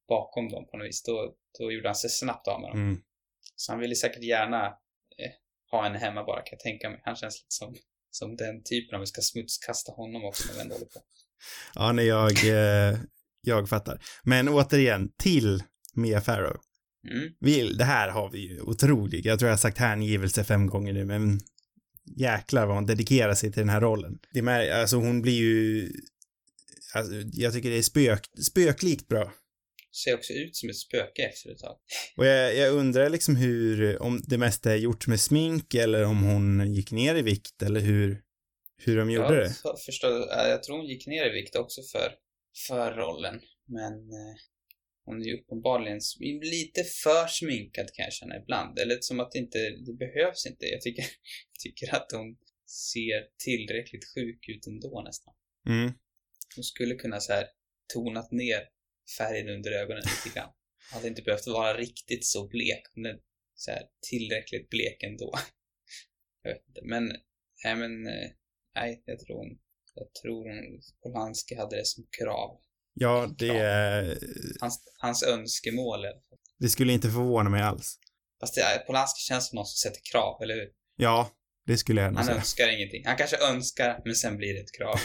bakom dem på något vis. Då, då gjorde han sig snabbt av med dem. Mm. Så han ville säkert gärna eh, ha henne hemma bara, kan jag tänka mig. Han känns lite som, som den typen om vi ska smutskasta honom också när vi ändå håller på. Ja, nej, jag, eh, jag fattar. Men återigen, till Mia Farrow. Mm. Vi, det här har vi ju otroligt. Jag tror jag har sagt hängivelse fem gånger nu, men jäklar vad hon dedikerar sig till den här rollen. Det är, alltså hon blir ju, alltså, jag tycker det är spök, spöklikt bra. Ser också ut som ett spöke efter ett tag. Och jag, jag undrar liksom hur, om det mesta är gjort med smink eller om hon gick ner i vikt eller hur, hur de gjorde jag det. För, förstår, jag tror hon gick ner i vikt också för, för rollen. Men eh, hon är ju uppenbarligen lite för sminkad kan jag känna ibland. Eller som att det inte, det behövs inte. Jag tycker, jag tycker att hon ser tillräckligt sjuk ut ändå nästan. Mm. Hon skulle kunna så här tonat ner färgen under ögonen lite grann. Hade inte behövt vara riktigt så blek. Hon är så här tillräckligt blek ändå. Jag vet inte. Men, nej men, nej, jag tror hon, jag tror hon, Polanski hade det som krav. Ja, det är... Hans, hans önskemål. Det skulle inte förvåna mig alls. Fast det, Polanski känns som någon som sätter krav, eller hur? Ja, det skulle jag nog Han säga. önskar ingenting. Han kanske önskar, men sen blir det ett krav.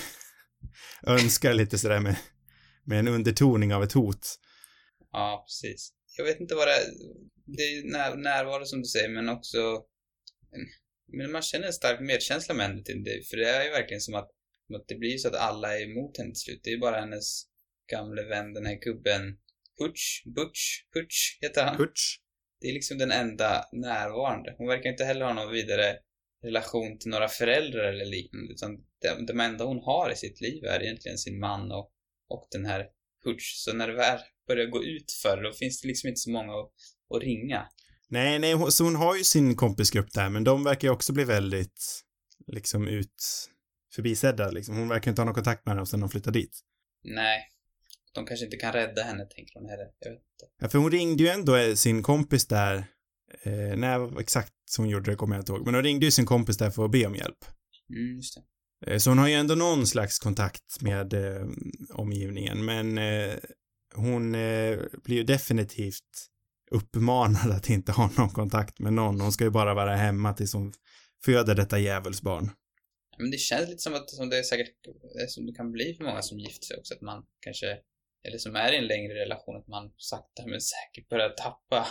Önskar lite sådär med, med en undertoning av ett hot. Ja, precis. Jag vet inte vad det är. Det är när, närvaro som du säger, men också... Men man känner en stark medkänsla med henne till det. För det är ju verkligen som att, som att det blir så att alla är emot henne till slut. Det är ju bara hennes gamla vän, den här gubben Hutch, Butch, Hutch heter han. Hutch. Det är liksom den enda närvarande. Hon verkar inte heller ha någon vidare relation till några föräldrar eller liknande. Utan det, det enda hon har i sitt liv är egentligen sin man och, och den här Hutch. Så när det väl börjar gå ut för då finns det liksom inte så många att, att ringa. Nej, nej, hon, så hon har ju sin kompisgrupp där, men de verkar ju också bli väldigt liksom ut förbisedda liksom. Hon verkar inte ha någon kontakt med dem sen de flyttade dit. Nej, de kanske inte kan rädda henne, tänker hon heller. Jag vet inte. Ja, för hon ringde ju ändå sin kompis där, eh, när exakt som hon gjorde det kommer jag inte ihåg, men hon ringde ju sin kompis där för att be om hjälp. Mm, just det. Eh, så hon har ju ändå någon slags kontakt med eh, omgivningen, men eh, hon eh, blir ju definitivt uppmanad att inte ha någon kontakt med någon. Hon ska ju bara vara hemma tills hon föder detta djävulsbarn. Men det känns lite som att som det är säkert som det kan bli för många som gifter sig också, att man kanske, eller som är i en längre relation, att man sakta men säkert börjar tappa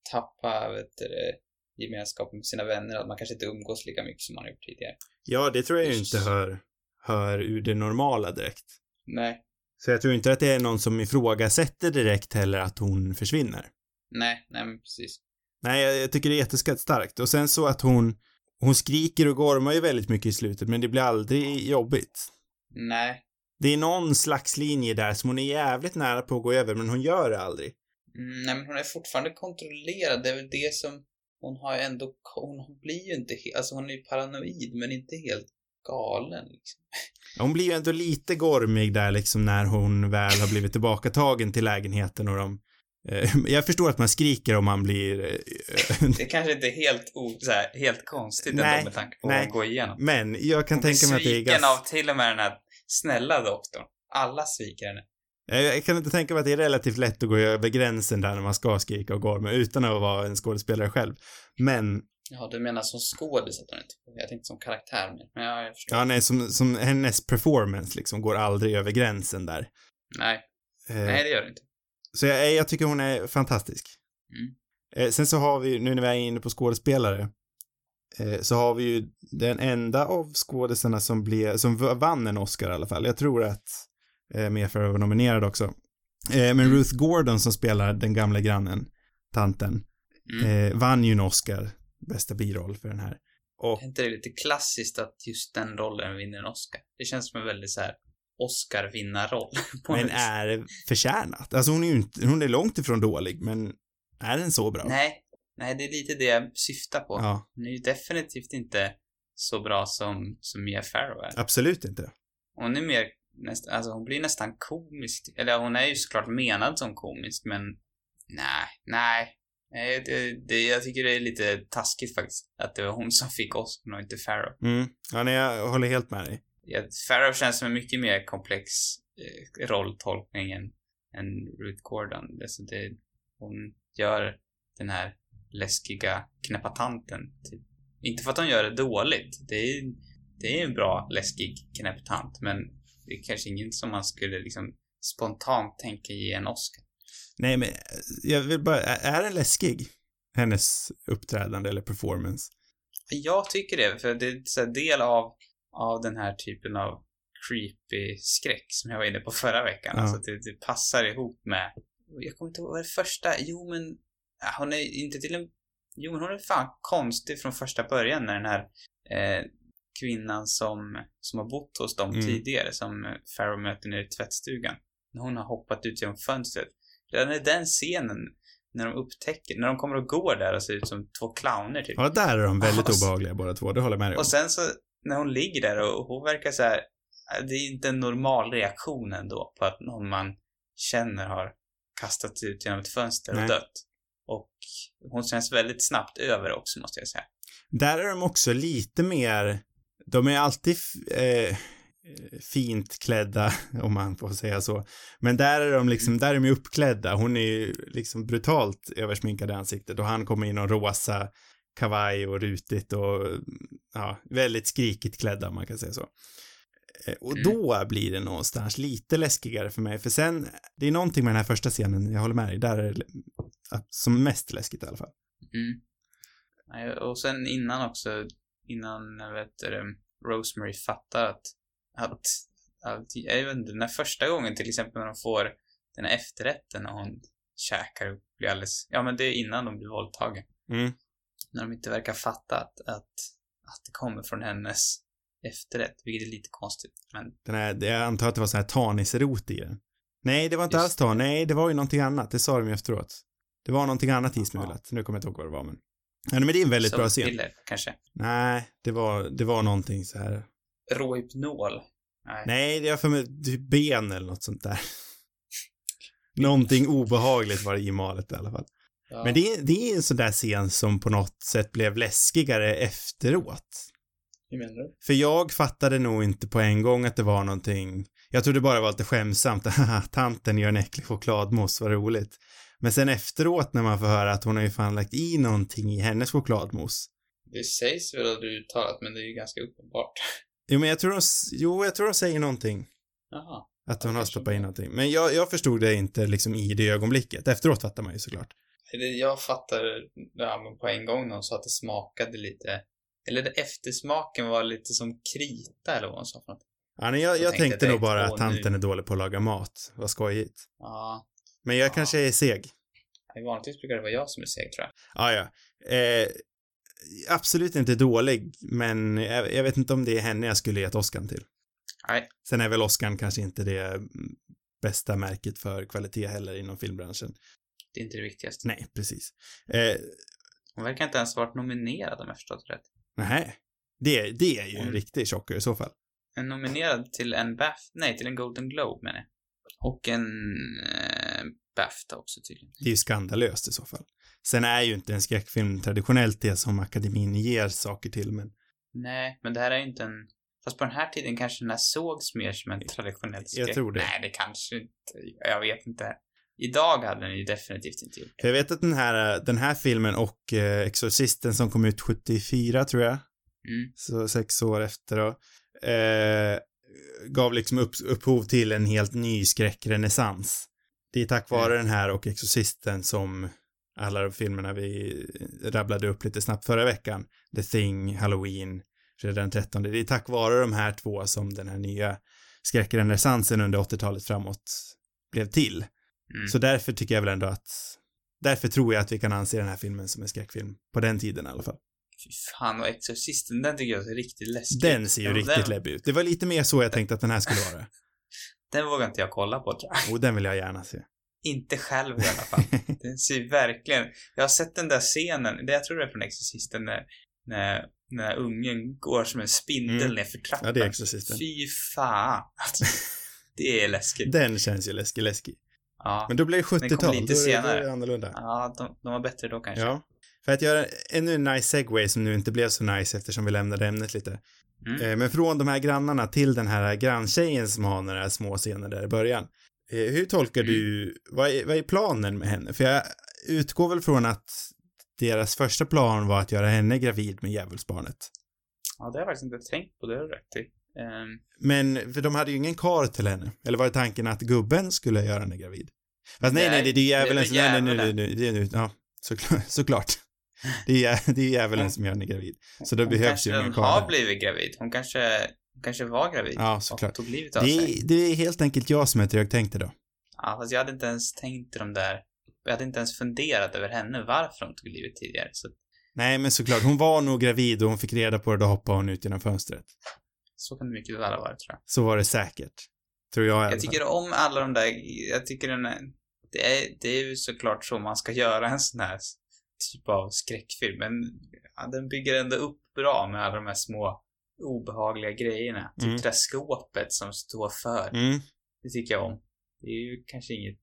tappa vet du, gemenskapen med sina vänner, att man kanske inte umgås lika mycket som man har gjort tidigare. Ja, det tror jag ju inte hör, hör ur det normala direkt. Nej. Så jag tror inte att det är någon som ifrågasätter direkt heller att hon försvinner. Nej, nej men precis. Nej, jag, jag tycker det är jättestarkt. Och sen så att hon hon skriker och gormar ju väldigt mycket i slutet, men det blir aldrig jobbigt. Nej. Det är någon slags linje där som hon är jävligt nära på att gå över, men hon gör det aldrig. Mm, nej, men hon är fortfarande kontrollerad. Det är väl det som hon har ändå, hon blir ju inte helt, alltså hon är ju paranoid, men inte helt galen liksom. Hon blir ju ändå lite gormig där liksom när hon väl har blivit tillbakatagen till lägenheten och de jag förstår att man skriker om man blir... Det är kanske inte helt, o, så här, helt konstigt nej, ändå med tanke på nej, vad man går igenom. Men jag kan hon tänka mig att det är... Sviken av till och med den här snälla doktorn. Alla sviker henne. Jag kan inte tänka mig att det är relativt lätt att gå över gränsen där när man ska skrika och gorma utan att vara en skådespelare själv. Men... Ja, du menar som skådis att hon inte... Jag tänkte som karaktär. Men ja, jag förstår. Ja, nej, som, som hennes performance liksom går aldrig över gränsen där. Nej. Eh, nej, det gör det inte. Så jag, jag tycker hon är fantastisk. Mm. Eh, sen så har vi, nu när vi är inne på skådespelare, eh, så har vi ju den enda av skådespelarna som blev, som vann en Oscar i alla fall. Jag tror att eh, Mia Farrow var nominerad också. Eh, men Ruth Gordon som spelar den gamla grannen, tanten, mm. eh, vann ju en Oscar, bästa biroll för den här. Och är inte det lite klassiskt att just den rollen vinner en Oscar? Det känns som en väldigt så här Oscar-vinnarroll. Men är det förtjänat? Alltså hon är ju inte, hon är långt ifrån dålig, men är den så bra? Nej, nej det är lite det jag syftar på. Ja. Hon är ju definitivt inte så bra som, som Mia Farrow är. Absolut inte. Hon är mer, näst, alltså hon blir nästan komisk. Eller hon är ju såklart menad som komisk, men nej, nej. nej det, det, jag tycker det är lite taskigt faktiskt. Att det var hon som fick Oscar och inte Farrow. Mm. Ja, nej, jag håller helt med dig. Ja, Farrow känns som en mycket mer komplex eh, rolltolkning än, än Ruth Gordon. Alltså det, hon gör den här läskiga knäppatanten. Typ. Inte för att hon gör det dåligt. Det är, det är en bra läskig knäppatant. Men det är kanske ingen som man skulle liksom spontant tänka ge en Oscar. Nej, men jag vill bara, är den läskig? Hennes uppträdande eller performance? Jag tycker det, för det är så här del av, av den här typen av creepy skräck som jag var inne på förra veckan. Ja. Alltså det, det passar ihop med, jag kommer inte ihåg vad det första, jo men hon är inte till en, jo men hon är fan konstig från första början när den här eh, kvinnan som, som har bott hos dem mm. tidigare, som Farrow möter ner i tvättstugan. När hon har hoppat ut genom fönstret. Redan i den scenen när de upptäcker, när de kommer och går där och ser ut som två clowner typ. Ja, där är de väldigt obehagliga båda två, det håller jag med dig om. Och sen så, när hon ligger där och hon verkar så här, det är inte en normal reaktion ändå på att någon man känner har kastat ut genom ett fönster och Nej. dött. Och hon känns väldigt snabbt över också, måste jag säga. Där är de också lite mer, de är alltid eh, fint klädda, om man får säga så. Men där är de liksom, där är de ju uppklädda. Hon är ju liksom brutalt översminkad i ansiktet och han kommer in och rosa kavaj och rutigt och ja, väldigt skrikigt klädda, man kan säga så. Och mm. då blir det någonstans lite läskigare för mig, för sen, det är någonting med den här första scenen, jag håller med dig, där är det som mest läskigt i alla fall. Mm. Och sen innan också, innan, vet du, Rosemary fattar att Att, att, jag vet inte, den här första gången till exempel när de får den här efterrätten och hon käkar och blir alldeles, ja men det är innan de blir våldtagen. Mm. När de inte verkar fatta att, att, att det kommer från hennes efterrätt, vilket är lite konstigt. Men... Den här, jag antar att det var sån här tanisrot i den. Nej, det var inte Just alls tan, nej det var ju någonting annat, det sa de ju efteråt. Det var någonting annat ismulat, nu kommer jag inte ihåg vad det var, men ja, men det är en väldigt så bra scen. Piller, kanske? Nej, det var, det var någonting så här. Rohypnol. Nej. Nej, det är för mig typ ben eller något sånt där. Någonting obehagligt var det i malet i alla fall. Ja. Men det, det är en sån där scen som på något sätt blev läskigare efteråt. Hur menar du? För jag fattade nog inte på en gång att det var någonting. Jag trodde bara det var lite skämsamt. Tanten gör en äcklig chokladmousse, vad roligt. Men sen efteråt när man får höra att hon har ju fan lagt i någonting i hennes chokladmousse. Det sägs väl att du uttalat, men det är ju ganska uppenbart. Jo, men jag tror de, jo, jag tror de säger någonting. Jaha. Att hon har stoppat in någonting. Men jag, jag förstod det inte liksom i det ögonblicket. Efteråt fattar man ju såklart. Jag fattar ja, men på en gång någon sa att det smakade lite, eller det eftersmaken var lite som krita eller vad hon sa för något. Ja, nej, jag, jag, jag tänkte, tänkte nog bara att tanten nu. är dålig på att laga mat. Vad skojigt. Ja. Men jag ja. kanske är seg. I vanligtvis brukar det vara jag som är seg, tror jag. Ja, ja. Eh, absolut inte dålig, men jag, jag vet inte om det är henne jag skulle ge ett Oscar till. Nej. Sen är väl Oscar kanske inte det bästa märket för kvalitet heller inom filmbranschen. Det är inte det viktigaste. Nej, precis. Eh, Hon verkar inte ens varit nominerad om jag förstått rätt. Nej, det, det är ju Hon... en riktig chocker i så fall. En nominerad till en B A F, nej till en Golden Globe menar jag. Och en eh, BAFTA också tydligen. Det är ju skandalöst i så fall. Sen är ju inte en skräckfilm traditionellt det som akademin ger saker till, men... Nej, men det här är ju inte en... Fast på den här tiden kanske den här sågs mer som en traditionell skräck. Jag tror det. Nej, det kanske inte... Jag vet inte. Idag hade den ju definitivt inte gjort. Jag vet att den här, den här filmen och eh, Exorcisten som kom ut sjuttiofyra tror jag. Mm. Så sex år efter då. Eh, gav liksom upp, upphov till en helt ny skräckrenässans. Det är tack vare mm. den här och Exorcisten som alla de filmerna vi rabblade upp lite snabbt förra veckan. The Thing, Halloween, den trettonde. Det är tack vare de här två som den här nya skräckrenässansen under åttiotalet framåt blev till. Mm. Så därför tycker jag väl ändå att därför tror jag att vi kan anse den här filmen som en skräckfilm på den tiden i alla fall. Fy fan, och Exorcisten, den tycker jag är riktigt läskig. Den ser ju den, riktigt den... läbbig ut. Det var lite mer så jag tänkte att den här skulle vara. Den vågar inte jag kolla på, tror jag. Och den vill jag gärna se. Inte själv i alla fall. Den ser verkligen... Jag har sett den där scenen, det jag tror det är från Exorcisten, när, när, när ungen går som en spindel mm. ner för trappan. Ja, det är Exorcisten. Fy fan. Alltså, det är läskigt. Den känns ju läskig, läskig. Ja. Men då blir det sjuttiotal, lite då, senare. Då är det annorlunda. Ja, de, de var bättre då kanske. Ja. För att göra ännu en nice segway som nu inte blev så nice eftersom vi lämnade ämnet lite. Mm. Men från de här grannarna till den här granntjejen som har några små scener där i början. Eh, hur tolkar Mm. du, vad är, vad är planen med henne? För jag utgår väl från att deras första plan var att göra henne gravid med djävulsbarnet. Ja, det har jag faktiskt inte tänkt på, det har du rätt i. Um, Men, för de hade ju ingen karl till henne. Eller var det tanken att gubben skulle göra henne gravid? Fast nej, Nej, nej, det, det är djävulen som... det är Nej, nej, djävulen. nej, nej, det är nu, ja, såklart. såklart. Det är, det är djävulen som gör henne gravid. Så då hon behövs kanske ju ingen har karl. blivit gravid. Hon kanske, hon kanske var gravid. Ja, såklart. Och tog livet av Det sig. är, det är helt enkelt jag som är trögtänkte då. Ja, fast jag hade inte ens tänkt i de där... Jag hade inte ens funderat över henne, varför hon tog livet tidigare. Så, Nej, men såklart. Hon var nog gravid och hon fick reda på det, då hoppade hon ut genom fönstret. så kan det mycket väl ha varit, tror jag. Så var det säkert. Tror jag i alla Jag tycker om alla de där... Jag tycker den är, det, är, det är ju såklart så man ska göra en sån här typ av skräckfilm. Men ja, den bygger ändå upp bra med alla de här små obehagliga grejerna. Typ Mm. det där skåpet som står för. Mm. Det tycker jag om. Det är ju kanske inget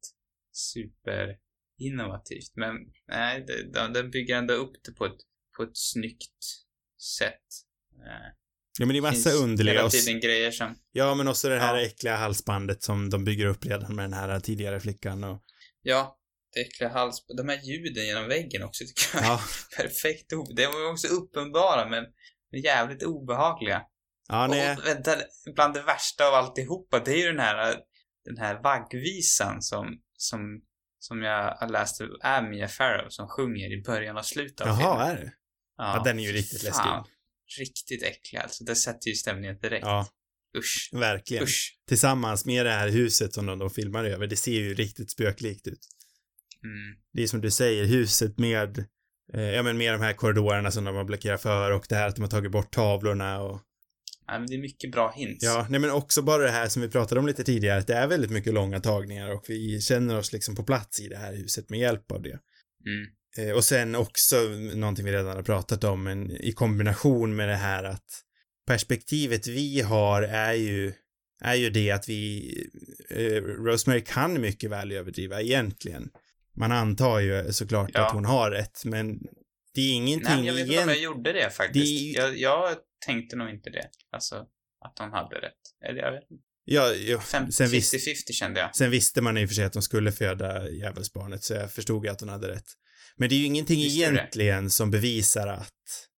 super innovativt, men nej, det, den, den bygger ändå upp det på ett, på ett snyggt sätt. Eh, Ja, men det är massa finns underliga... hela Och, tiden grejer som... ja, men också det här Ja. äckliga halsbandet som de bygger upp redan med den här tidigare flickan och... Ja, det äckliga hals... De här ljuden genom väggen också tycker jag är Ja, perfekt. o- Det var ju också uppenbara, men jävligt obehagliga. ja nej. Och vänta, bland det värsta av alltihopa, det är ju den här, den här vaggvisan som, som, som jag har läst är Mia Farrow som sjunger i början och slutet av filmen. Jaha, är det? Ja, Ja, den är ju riktigt läskig. fan. Riktigt äcklig alltså. Det sätter ju stämningen direkt. Ja, Usch. verkligen. Usch. Tillsammans med det här huset som de då filmar över, det ser ju riktigt spöklikt ut. Mm. Det är som du säger, huset med, eh, ja men med de här korridorerna som de har blockerat för och det här att de har tagit bort tavlorna och... Ja, men det är mycket bra hints. Ja, nej men också bara det här som vi pratade om lite tidigare, att det är väldigt mycket långa tagningar och vi känner oss liksom på plats i det här huset med hjälp av det. Mm. Eh, och sen också någonting vi redan har pratat om, men i kombination med det här att perspektivet vi har är ju, är ju det att vi, eh, Rosemary kan mycket väl överdriva egentligen. Man antar ju såklart Ja. att hon har rätt, men det är ingenting Nej, men jag vet inte igen... om jag gjorde det faktiskt. Det är ju- Jag, jag tänkte nog inte det. Alltså, att hon hade rätt. Eller jag vet inte. Ja, ja, Fem- sen, vis, femtio femtio kände jag. sen visste man i och för sig att de skulle föda djävulsbarnet, så jag förstod ju att hon hade rätt. Men det är ju ingenting Visste du det? egentligen som bevisar att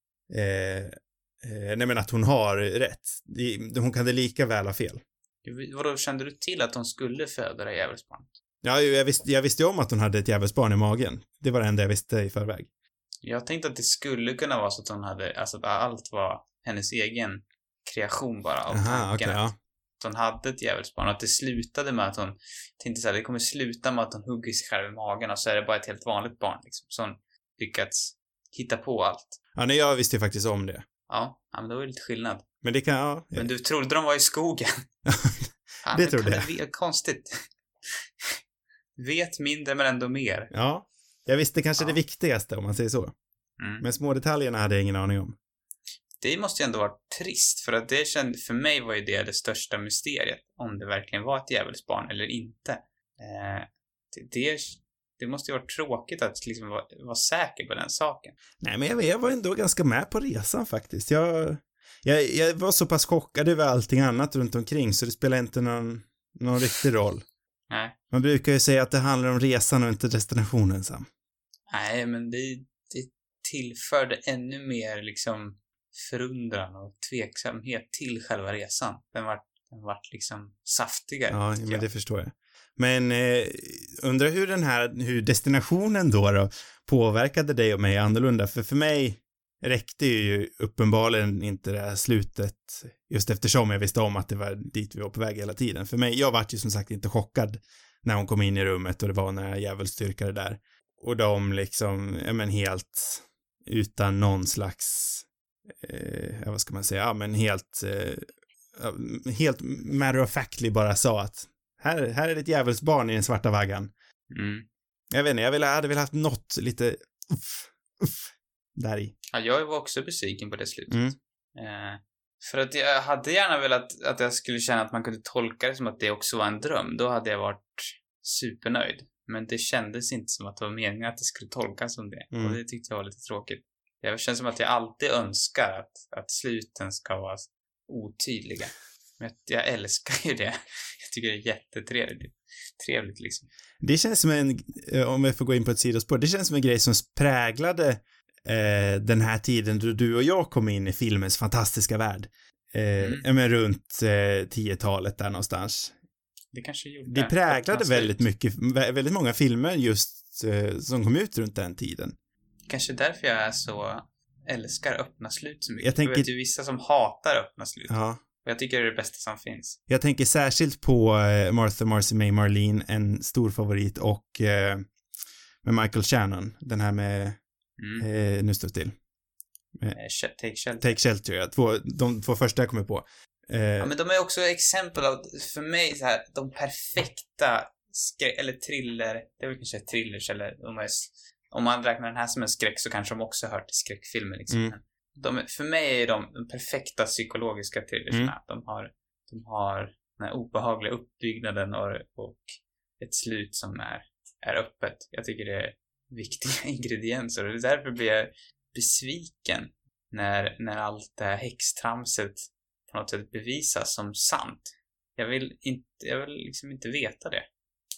eh, eh, nej men att hon har rätt. Det, hon kan det lika väl ha fel. Vadå, kände du till att hon skulle föda det djävulsbarnet? Ja, jag visste, jag visste ju om att hon hade ett djävulsbarn i magen. Det var det enda jag visste i förväg. Jag tänkte att det skulle kunna vara så att hon hade, alltså att allt var hennes egen kreation bara av Aha, tanken. okej, ja. Att hon hade ett djävulsbarn och att det slutade med att hon tänkte så här, det kommer sluta med att hon hugger sig själv i magen och så är det bara ett helt vanligt barn liksom, som lyckats hitta på allt. Ja, nej, jag visste ju faktiskt om det. Ja, ja men det var ju lite skillnad. Men det kan, ja. Men du trodde de var i skogen? Fan, Det hur trodde kan jag. det bli konstigt. Vet mindre men ändå mer. Ja. Jag visste kanske Ja. det viktigaste om man säger så. Mm. Men små detaljerna hade jag ingen aning om. Det måste ju ändå vara trist, för att det kände, för mig var ju det det största mysteriet, om det verkligen var ett djävulsbarn eller inte. Eh, det, det, det måste ju vara tråkigt att liksom vara, vara säker på den saken. Nej, men jag, jag var ändå ganska med på resan faktiskt. Jag, jag, jag var så pass chockad över allting annat runt omkring så det spelar inte någon, någon riktig roll. Nej, Man brukar ju säga att det handlar om resan och inte destinationen, Sam. nej men det, det tillförde ännu mer liksom förundran och tveksamhet till själva resan. Den var, den var liksom saftigare. Ja, tycker men jag. det förstår jag. Men eh, undrar hur den här, hur destinationen då, då påverkade dig och mig annorlunda. För för mig räckte ju uppenbarligen inte det här slutet just eftersom jag visste om att det var dit vi var på väg hela tiden. För mig, jag vart ju som sagt inte chockad när hon kom in i rummet och det var när djävulsdyrkare där. Och de liksom, ja men helt utan någon slags, eh, vad ska man säga, ja men helt, eh, helt matter of factly bara sa att här, här är det ett djävulsbarn i den svarta vaggan. Mm. Jag vet inte, jag, ville, jag hade väl haft något lite uff, uff, där i. Ja, jag var också besviken på det slutet. Mm. Eh, för att jag hade gärna velat att jag skulle känna att man kunde tolka det som att det också var en dröm. Då hade jag varit supernöjd. Men det kändes inte som att det var meningen att det skulle tolkas som det. Mm. Och det tyckte jag var lite tråkigt. Det känns som att jag alltid önskar att, att sluten ska vara otydliga. Jag, jag älskar ju det. Jag tycker det är jättetrevligt. Trevligt liksom. Det känns som en, om jag får gå in på ett sidospår, det känns som en grej som präglade eh, den här tiden då du och jag kom in i filmens fantastiska värld. Eh, mm. Men runt eh, tiotalet där någonstans. Det kanske gjorde. Det präglade väldigt mycket, väldigt många filmer just eh, som kom ut runt den tiden. Kanske därför jag är så älskar öppna slut så mycket. Jag tänker... Jag vet ju vissa som hatar öppna slut. Ja. Och jag tycker det är det bästa som finns. Jag tänker särskilt på eh, Martha Marcy May Marlene, en stor favorit, och eh, med Michael Shannon, den här med mm. eh, nu står det till. Eh, Take Shelter. Take Shelter, ja. Två, de två första jag kommer på. Eh, ja, men de är också exempel av, för mig, så här, de perfekta skräck, eller thriller, det är väl kanske thrillers, eller de är, om man räknar den här som en skräck så kanske de också hör till skräckfilmer liksom. Mm. De, för mig är de, de perfekta psykologiska thrillerserna. Mm. De har, de har den här obehagliga uppbyggnaden och, och ett slut som är, är öppet. Jag tycker det är viktiga ingredienser, och därför blir jag besviken när, när allt det här häxtramset på något sätt bevisas som sant. Jag vill inte, jag vill liksom inte veta det.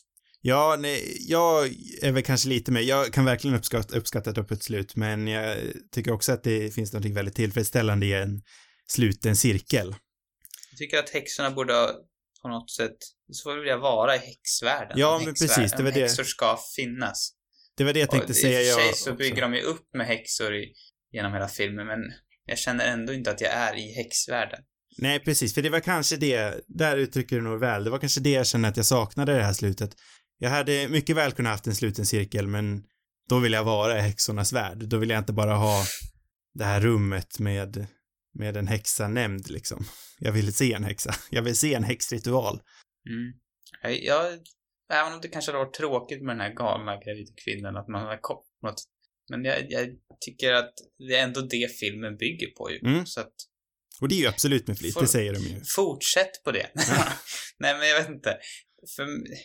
Ja, nej, jag är väl kanske lite mer, jag kan verkligen uppskatta, uppskatta ett öppet slut, men jag tycker också att det finns något väldigt tillfredsställande i en sluten cirkel. Jag tycker att häxorna borde på något sätt, så vill jag vara i häxvärlden. Ja, men precis, det var det. Häxor ska finnas. Det var det jag tänkte och säga. I och för sig jag så också. bygger de ju upp med häxor i, genom hela filmen, men jag känner ändå inte att jag är i häxvärlden. Nej, precis, för det var kanske det, där uttrycker du nog väl, det var kanske det jag kände att jag saknade i det här slutet. Jag hade mycket väl kunnat haft en sluten cirkel, men då vill jag vara i häxornas värld. Då vill jag inte bara ha det här rummet med, med en häxa nämnd liksom. Jag vill se en häxa. Jag vill se en häxritual. Mm. Jag, jag, även om det kanske hade varit tråkigt med den här galna gravida kvinnan, att man har kommit något. Men jag, jag tycker att det är ändå det filmen bygger på ju. Mm. Så att, och det är ju absolut med flit, for, det säger de ju. Fortsätt på det. Nej, men jag vet inte. För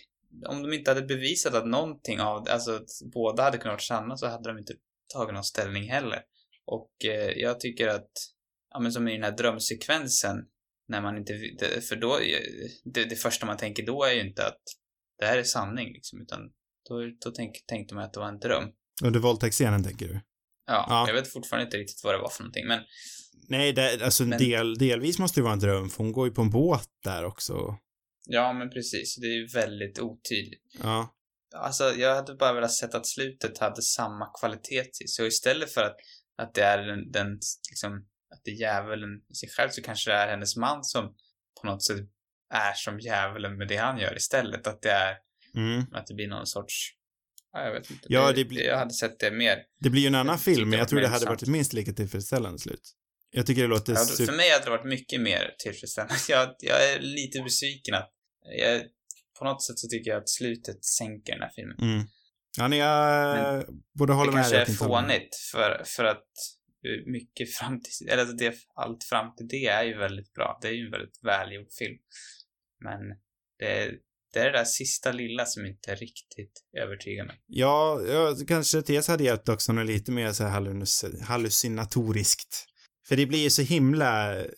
om de inte hade bevisat att någonting av, alltså att båda hade kunnat vara sanna, så hade de inte tagit någon ställning heller. Och eh, jag tycker att, ja men som i den här drömsekvensen, när man inte, för då, det, det första man tänker då är ju inte att det här är sanning liksom, utan då, då tänk, tänkte man att det var en dröm. Under våldtäktsscenen tänker du? Ja, ja, jag vet fortfarande inte riktigt vad det var för någonting, men... Nej, det, alltså men, del, delvis måste det vara en dröm, för hon går ju på en båt där också. Ja, men precis. Det är ju väldigt otydligt. Ja. Alltså, jag hade bara velat sett att slutet hade samma kvalitet till. Så istället för att, att det är den, den liksom, att det är djävulen i sig själv, så kanske det är hennes man som på något sätt är som djävulen med det han gör istället. Att det är, mm. att det blir någon sorts, ja, jag vet inte. Ja, det, det blir, jag hade sett det mer. Det blir ju en annan film, men jag tror det hade sant. varit ett minst lika tillfredsställande slut. Jag tycker det låter... Ja, för mig hade det varit mycket mer tillfredsställande. Jag, jag är lite besviken att jag, på något sätt så tycker jag att slutet sänker den här filmen. Mm. Ja, ni jag borde hålla med. Det kanske är fånigt för, för att mycket fram till, eller det, allt fram till det är ju väldigt bra. Det är ju en väldigt välgjord film. Men det, det är det där sista lilla som inte är riktigt övertygande. Ja, ja kanske Tess hade hjälpt också något lite mer så här halluc- hallucinatoriskt. För det blir ju så himla eh,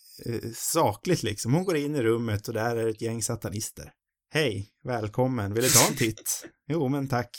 sakligt liksom. Hon går in i rummet och där är ett gäng satanister. Hej, välkommen. Vill du ta en titt? Jo, men tack.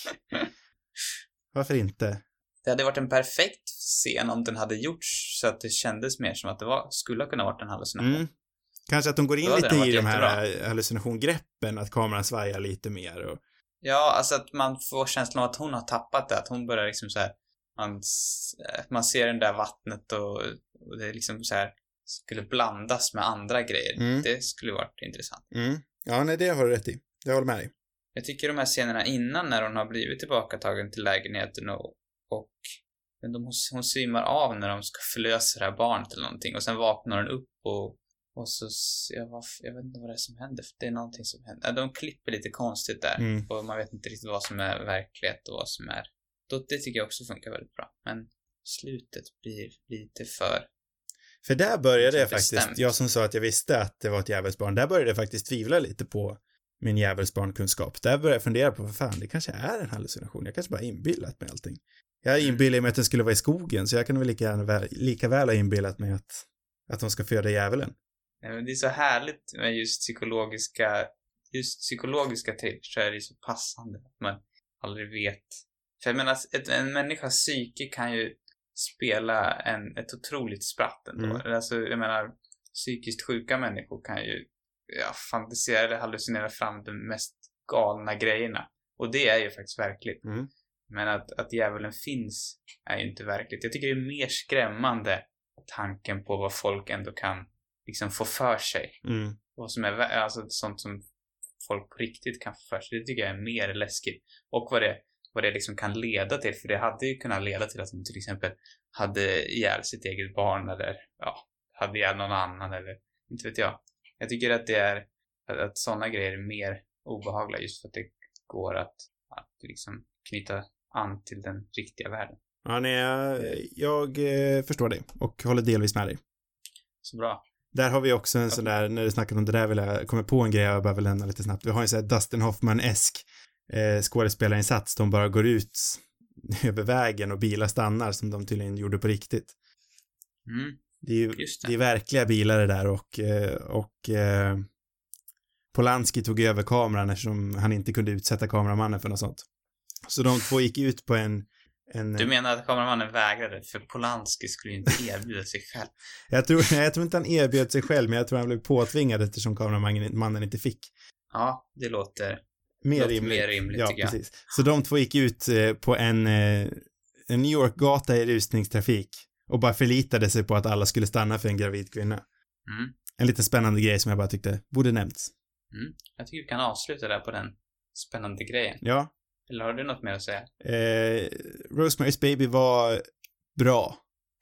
Varför inte? Det hade varit en perfekt scen om den hade gjorts så att det kändes mer som att det var, skulle kunna varit en hallucination. Mm. Kanske att de går in lite i de här hallucinationgreppen, att kameran svajar lite mer. Och... Ja, alltså att man får känslan av att hon har tappat det. Att hon börjar liksom så här, man, man ser den där vattnet och, och det är liksom så här, skulle blandas med andra grejer. Mm. Det skulle varit intressant. Mm. Ja, nej, det har du rätt i. Jag håller med dig. Jag tycker de här scenerna innan, när hon har blivit tillbakatagen till lägenheten och, och men de, hon svimmar av när de ska förlösa det här barnet eller någonting, och sen vaknar hon upp och, och så jag, var, jag vet inte vad det är som händer, för det är någonting som händer. De klipper lite konstigt där, mm. och man vet inte riktigt vad som är verklighet och vad som är. Då, det tycker jag också funkar väldigt bra, men slutet blir lite för... För där började jag faktiskt, jag som sa att jag visste att det var ett djävulsbarn, där började jag faktiskt tvivla lite på min djävulsbarnkunskap. Där började jag fundera på, vad fan, det kanske är en hallucination. Jag kanske bara inbillat mig allting. Jag inbillade mig att den skulle vara i skogen, så jag kan väl lika, väl, lika väl ha inbillat mig att, att de ska föda djävulen. Nej, men det är så härligt med just psykologiska just psykologiska thrillers, så är det så passande att man aldrig vet. För jag menar, ett, en människas psyke kan ju spela en, ett otroligt spratt ändå. Mm. Alltså, jag menar, psykiskt sjuka människor kan ju ja, fantisera eller hallucinera fram de mest galna grejerna. Och det är ju faktiskt verkligt. Mm. Men att, att djävulen finns är ju inte verkligt. Jag tycker det är mer skrämmande tanken på vad folk ändå kan liksom få för sig. Mm. Vad som är, alltså sånt som folk på riktigt kan få för sig. Det tycker jag är mer läskigt. Och vad det, vad det liksom kan leda till. För det hade ju kunnat leda till att de till exempel hade ihjäl sitt eget barn. Eller ja, hade ihjäl någon annan. Eller inte vet jag. Jag tycker att det är att, att sådana grejer är mer obehagliga. Just för att det går att, att liksom knyta an till den riktiga världen. Ja, nej, jag, jag eh, förstår dig. Och håller delvis med dig. Så bra. Där har vi också en sån där, när du snackar om det där vill jag komma på en grej jag bara vill lämna lite snabbt. Vi har en sån här Dustin Hoffman-esk eh, skådespelarinsats. De bara går ut över vägen och bilar stannar som de tydligen gjorde på riktigt. Mm. Det är ju det. Det är verkliga bilar det där och, och eh, Polanski tog över kameran eftersom han inte kunde utsätta kameramannen för något sånt. Så de två gick ut på en En, du menar att kameramannen vägrade för Polanski skulle ju inte erbjuda sig själv. jag, tror, jag tror inte han erbjöd sig själv, men jag tror han blev påtvingad eftersom kameramannen inte fick. Ja, det låter mer låter rimligt, mer rimligt ja, tycker jag. Precis. Så de två gick ut på en, en New York-gata i rusningstrafik och bara förlitade sig på att alla skulle stanna för en gravid kvinna. Mm. En lite spännande grej som jag bara tyckte borde nämnts. Mm. Jag tycker vi kan avsluta där på den spännande grejen. Ja. Eller har du något mer att säga? Eh, Rosemary's Baby var bra.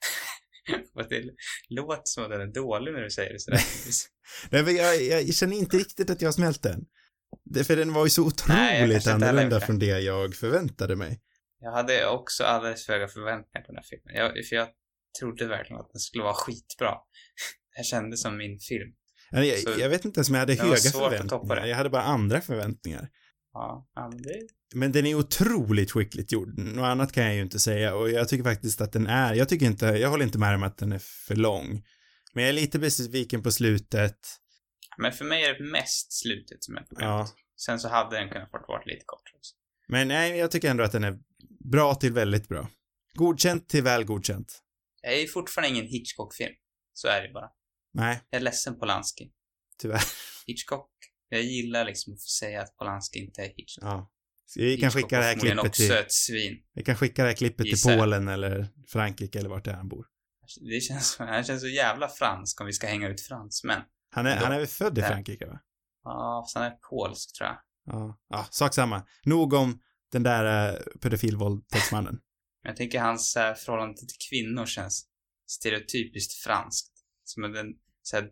Det låter som att den är dålig när du säger det sådär. Nej, men jag, jag känner inte riktigt att jag har smält den. Det, för den var ju så otroligt Nej, annorlunda från det jag förväntade mig. Jag hade också alldeles för höga förväntningar på den här filmen. Jag, för jag trodde verkligen att den skulle vara skitbra. Det kändes som min film. Jag, jag, jag vet inte ens om jag hade höga förväntningar. Jag hade bara andra förväntningar. Ja, det... Men den är otroligt skickligt gjord. Något annat kan jag ju inte säga. Och jag tycker faktiskt att den är... Jag tycker inte... Jag håller inte med om att den är för lång. Men jag är lite besviken på slutet. Men för mig är det mest slutet som är problemet. Ja. Sen så hade den kunnat vara lite kort också. Men nej, jag tycker ändå att den är bra till väldigt bra. Godkänt till väl godkänt. Jag är fortfarande ingen Hitchcock-film. Så är det bara. Nej. Jag är ledsen på Polanski. Tyvärr. Hitchcock. Jag gillar liksom att få säga att Polanski inte är Hitchcock. Ja. Vi kan skicka det här klippet också till... ett svin. Vi kan skicka det här klippet Gissar. till Polen eller Frankrike eller vart det är han bor. Det känns, han känns så jävla fransk om vi ska hänga ut fransmän. Han är, han är väl född i Frankrike, va? Ja, fast han är polsk, tror jag. Ja, ja, sak samma. Nog om den där uh, pedofilvåldtäktsmannen. Jag tänker hans uh, förhållande till kvinnor känns stereotypiskt franskt. Som den, så här,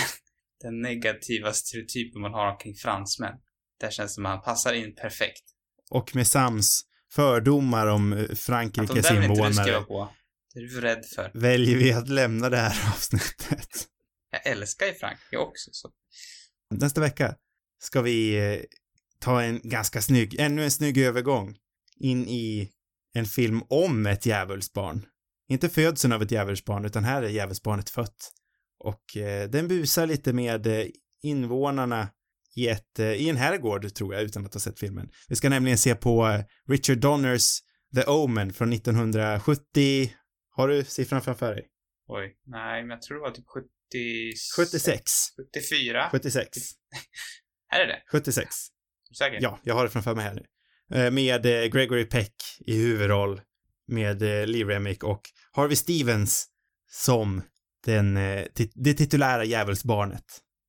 den negativa stereotypen man har omkring fransmän. Det känns som att han passar in perfekt. Och med Sams fördomar om Frankrikes invånare. Inte du skriva på. Det är du rädd för. Väljer vi att lämna det här avsnittet. Jag älskar ju Frankrike också. Så. Nästa vecka ska vi eh, ta en ganska snygg, ännu en snygg övergång in i en film om ett djävulsbarn. Inte födseln av ett djävulsbarn, utan här är djävulsbarnet fött. Och eh, den busar lite med eh, invånarna i, ett, eh, i en herrgård, tror jag, utan att ha sett filmen. Vi ska nämligen se på eh, Richard Donners The Omen från nittonhundrasjuttio. Har du siffran framför dig? Oj, nej, men jag tror det var typ sjuttio... sjuttiosex. sjuttiofyra. sjuttiosex. Är det det? sjuttiosex. Är du säker? Ja, jag har det framför mig här nu. Eh, med eh, Gregory Peck i huvudroll, med eh, Lee Remick och Harvey Stevens som den, eh, tit- det titulära djävulsbarnet.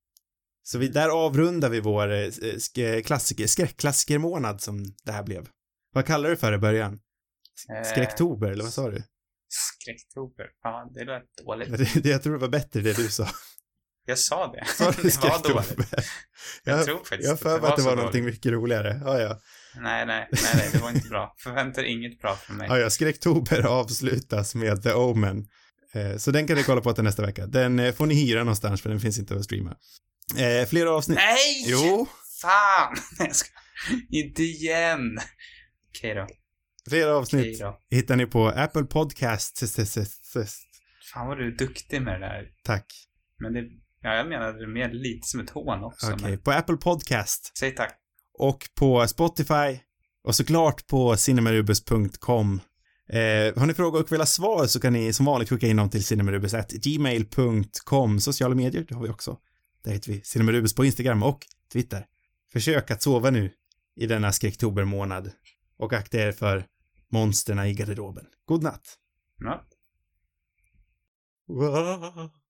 Så vi, där avrundar vi vår eh, sk- klassiker, skräckklassikermånad som det här blev. Vad kallar du för i början? Skräcktober, eh, eller vad sa du? Skräcktober, ja, det lät dåligt. Det, det, jag tror det var bättre det du sa. Jag sa det. Sa du det var dåligt. Jag, jag tror faktiskt jag för mig att det var, var någonting mycket roligare. Ja, ja. Nej, nej, nej, nej, det var inte bra. Förväntar inget bra från mig. Ja, ja, Skräcktober avslutas med The Omen. Eh, så den kan ni kolla på till nästa vecka. Den eh, får ni hyra någonstans för den finns inte att streama. Eh, flera avsnitt. Nej! Jo! Fan! Jag ska... Inte igen! Okej då. Flera avsnitt då. Hittar ni på Apple Podcast. Fan vad du är duktig med det där. Tack. Men det Ja, jag menar det mer lite som ett hån också. Okej, okay. Men... På Apple Podcast. Säg tack. Och på Spotify. Och såklart på cinemarubus punkt com. Eh, har ni frågor och vill ha svar så kan ni som vanligt skicka in dem till cinemarubus at gmail punkt com. Sociala medier, det har vi också. Där heter vi cinemarubus på Instagram och Twitter. Försök att sova nu i denna skräcktobermånad. Och akta er för monsterna i garderoben. God natt. Ja. Wow.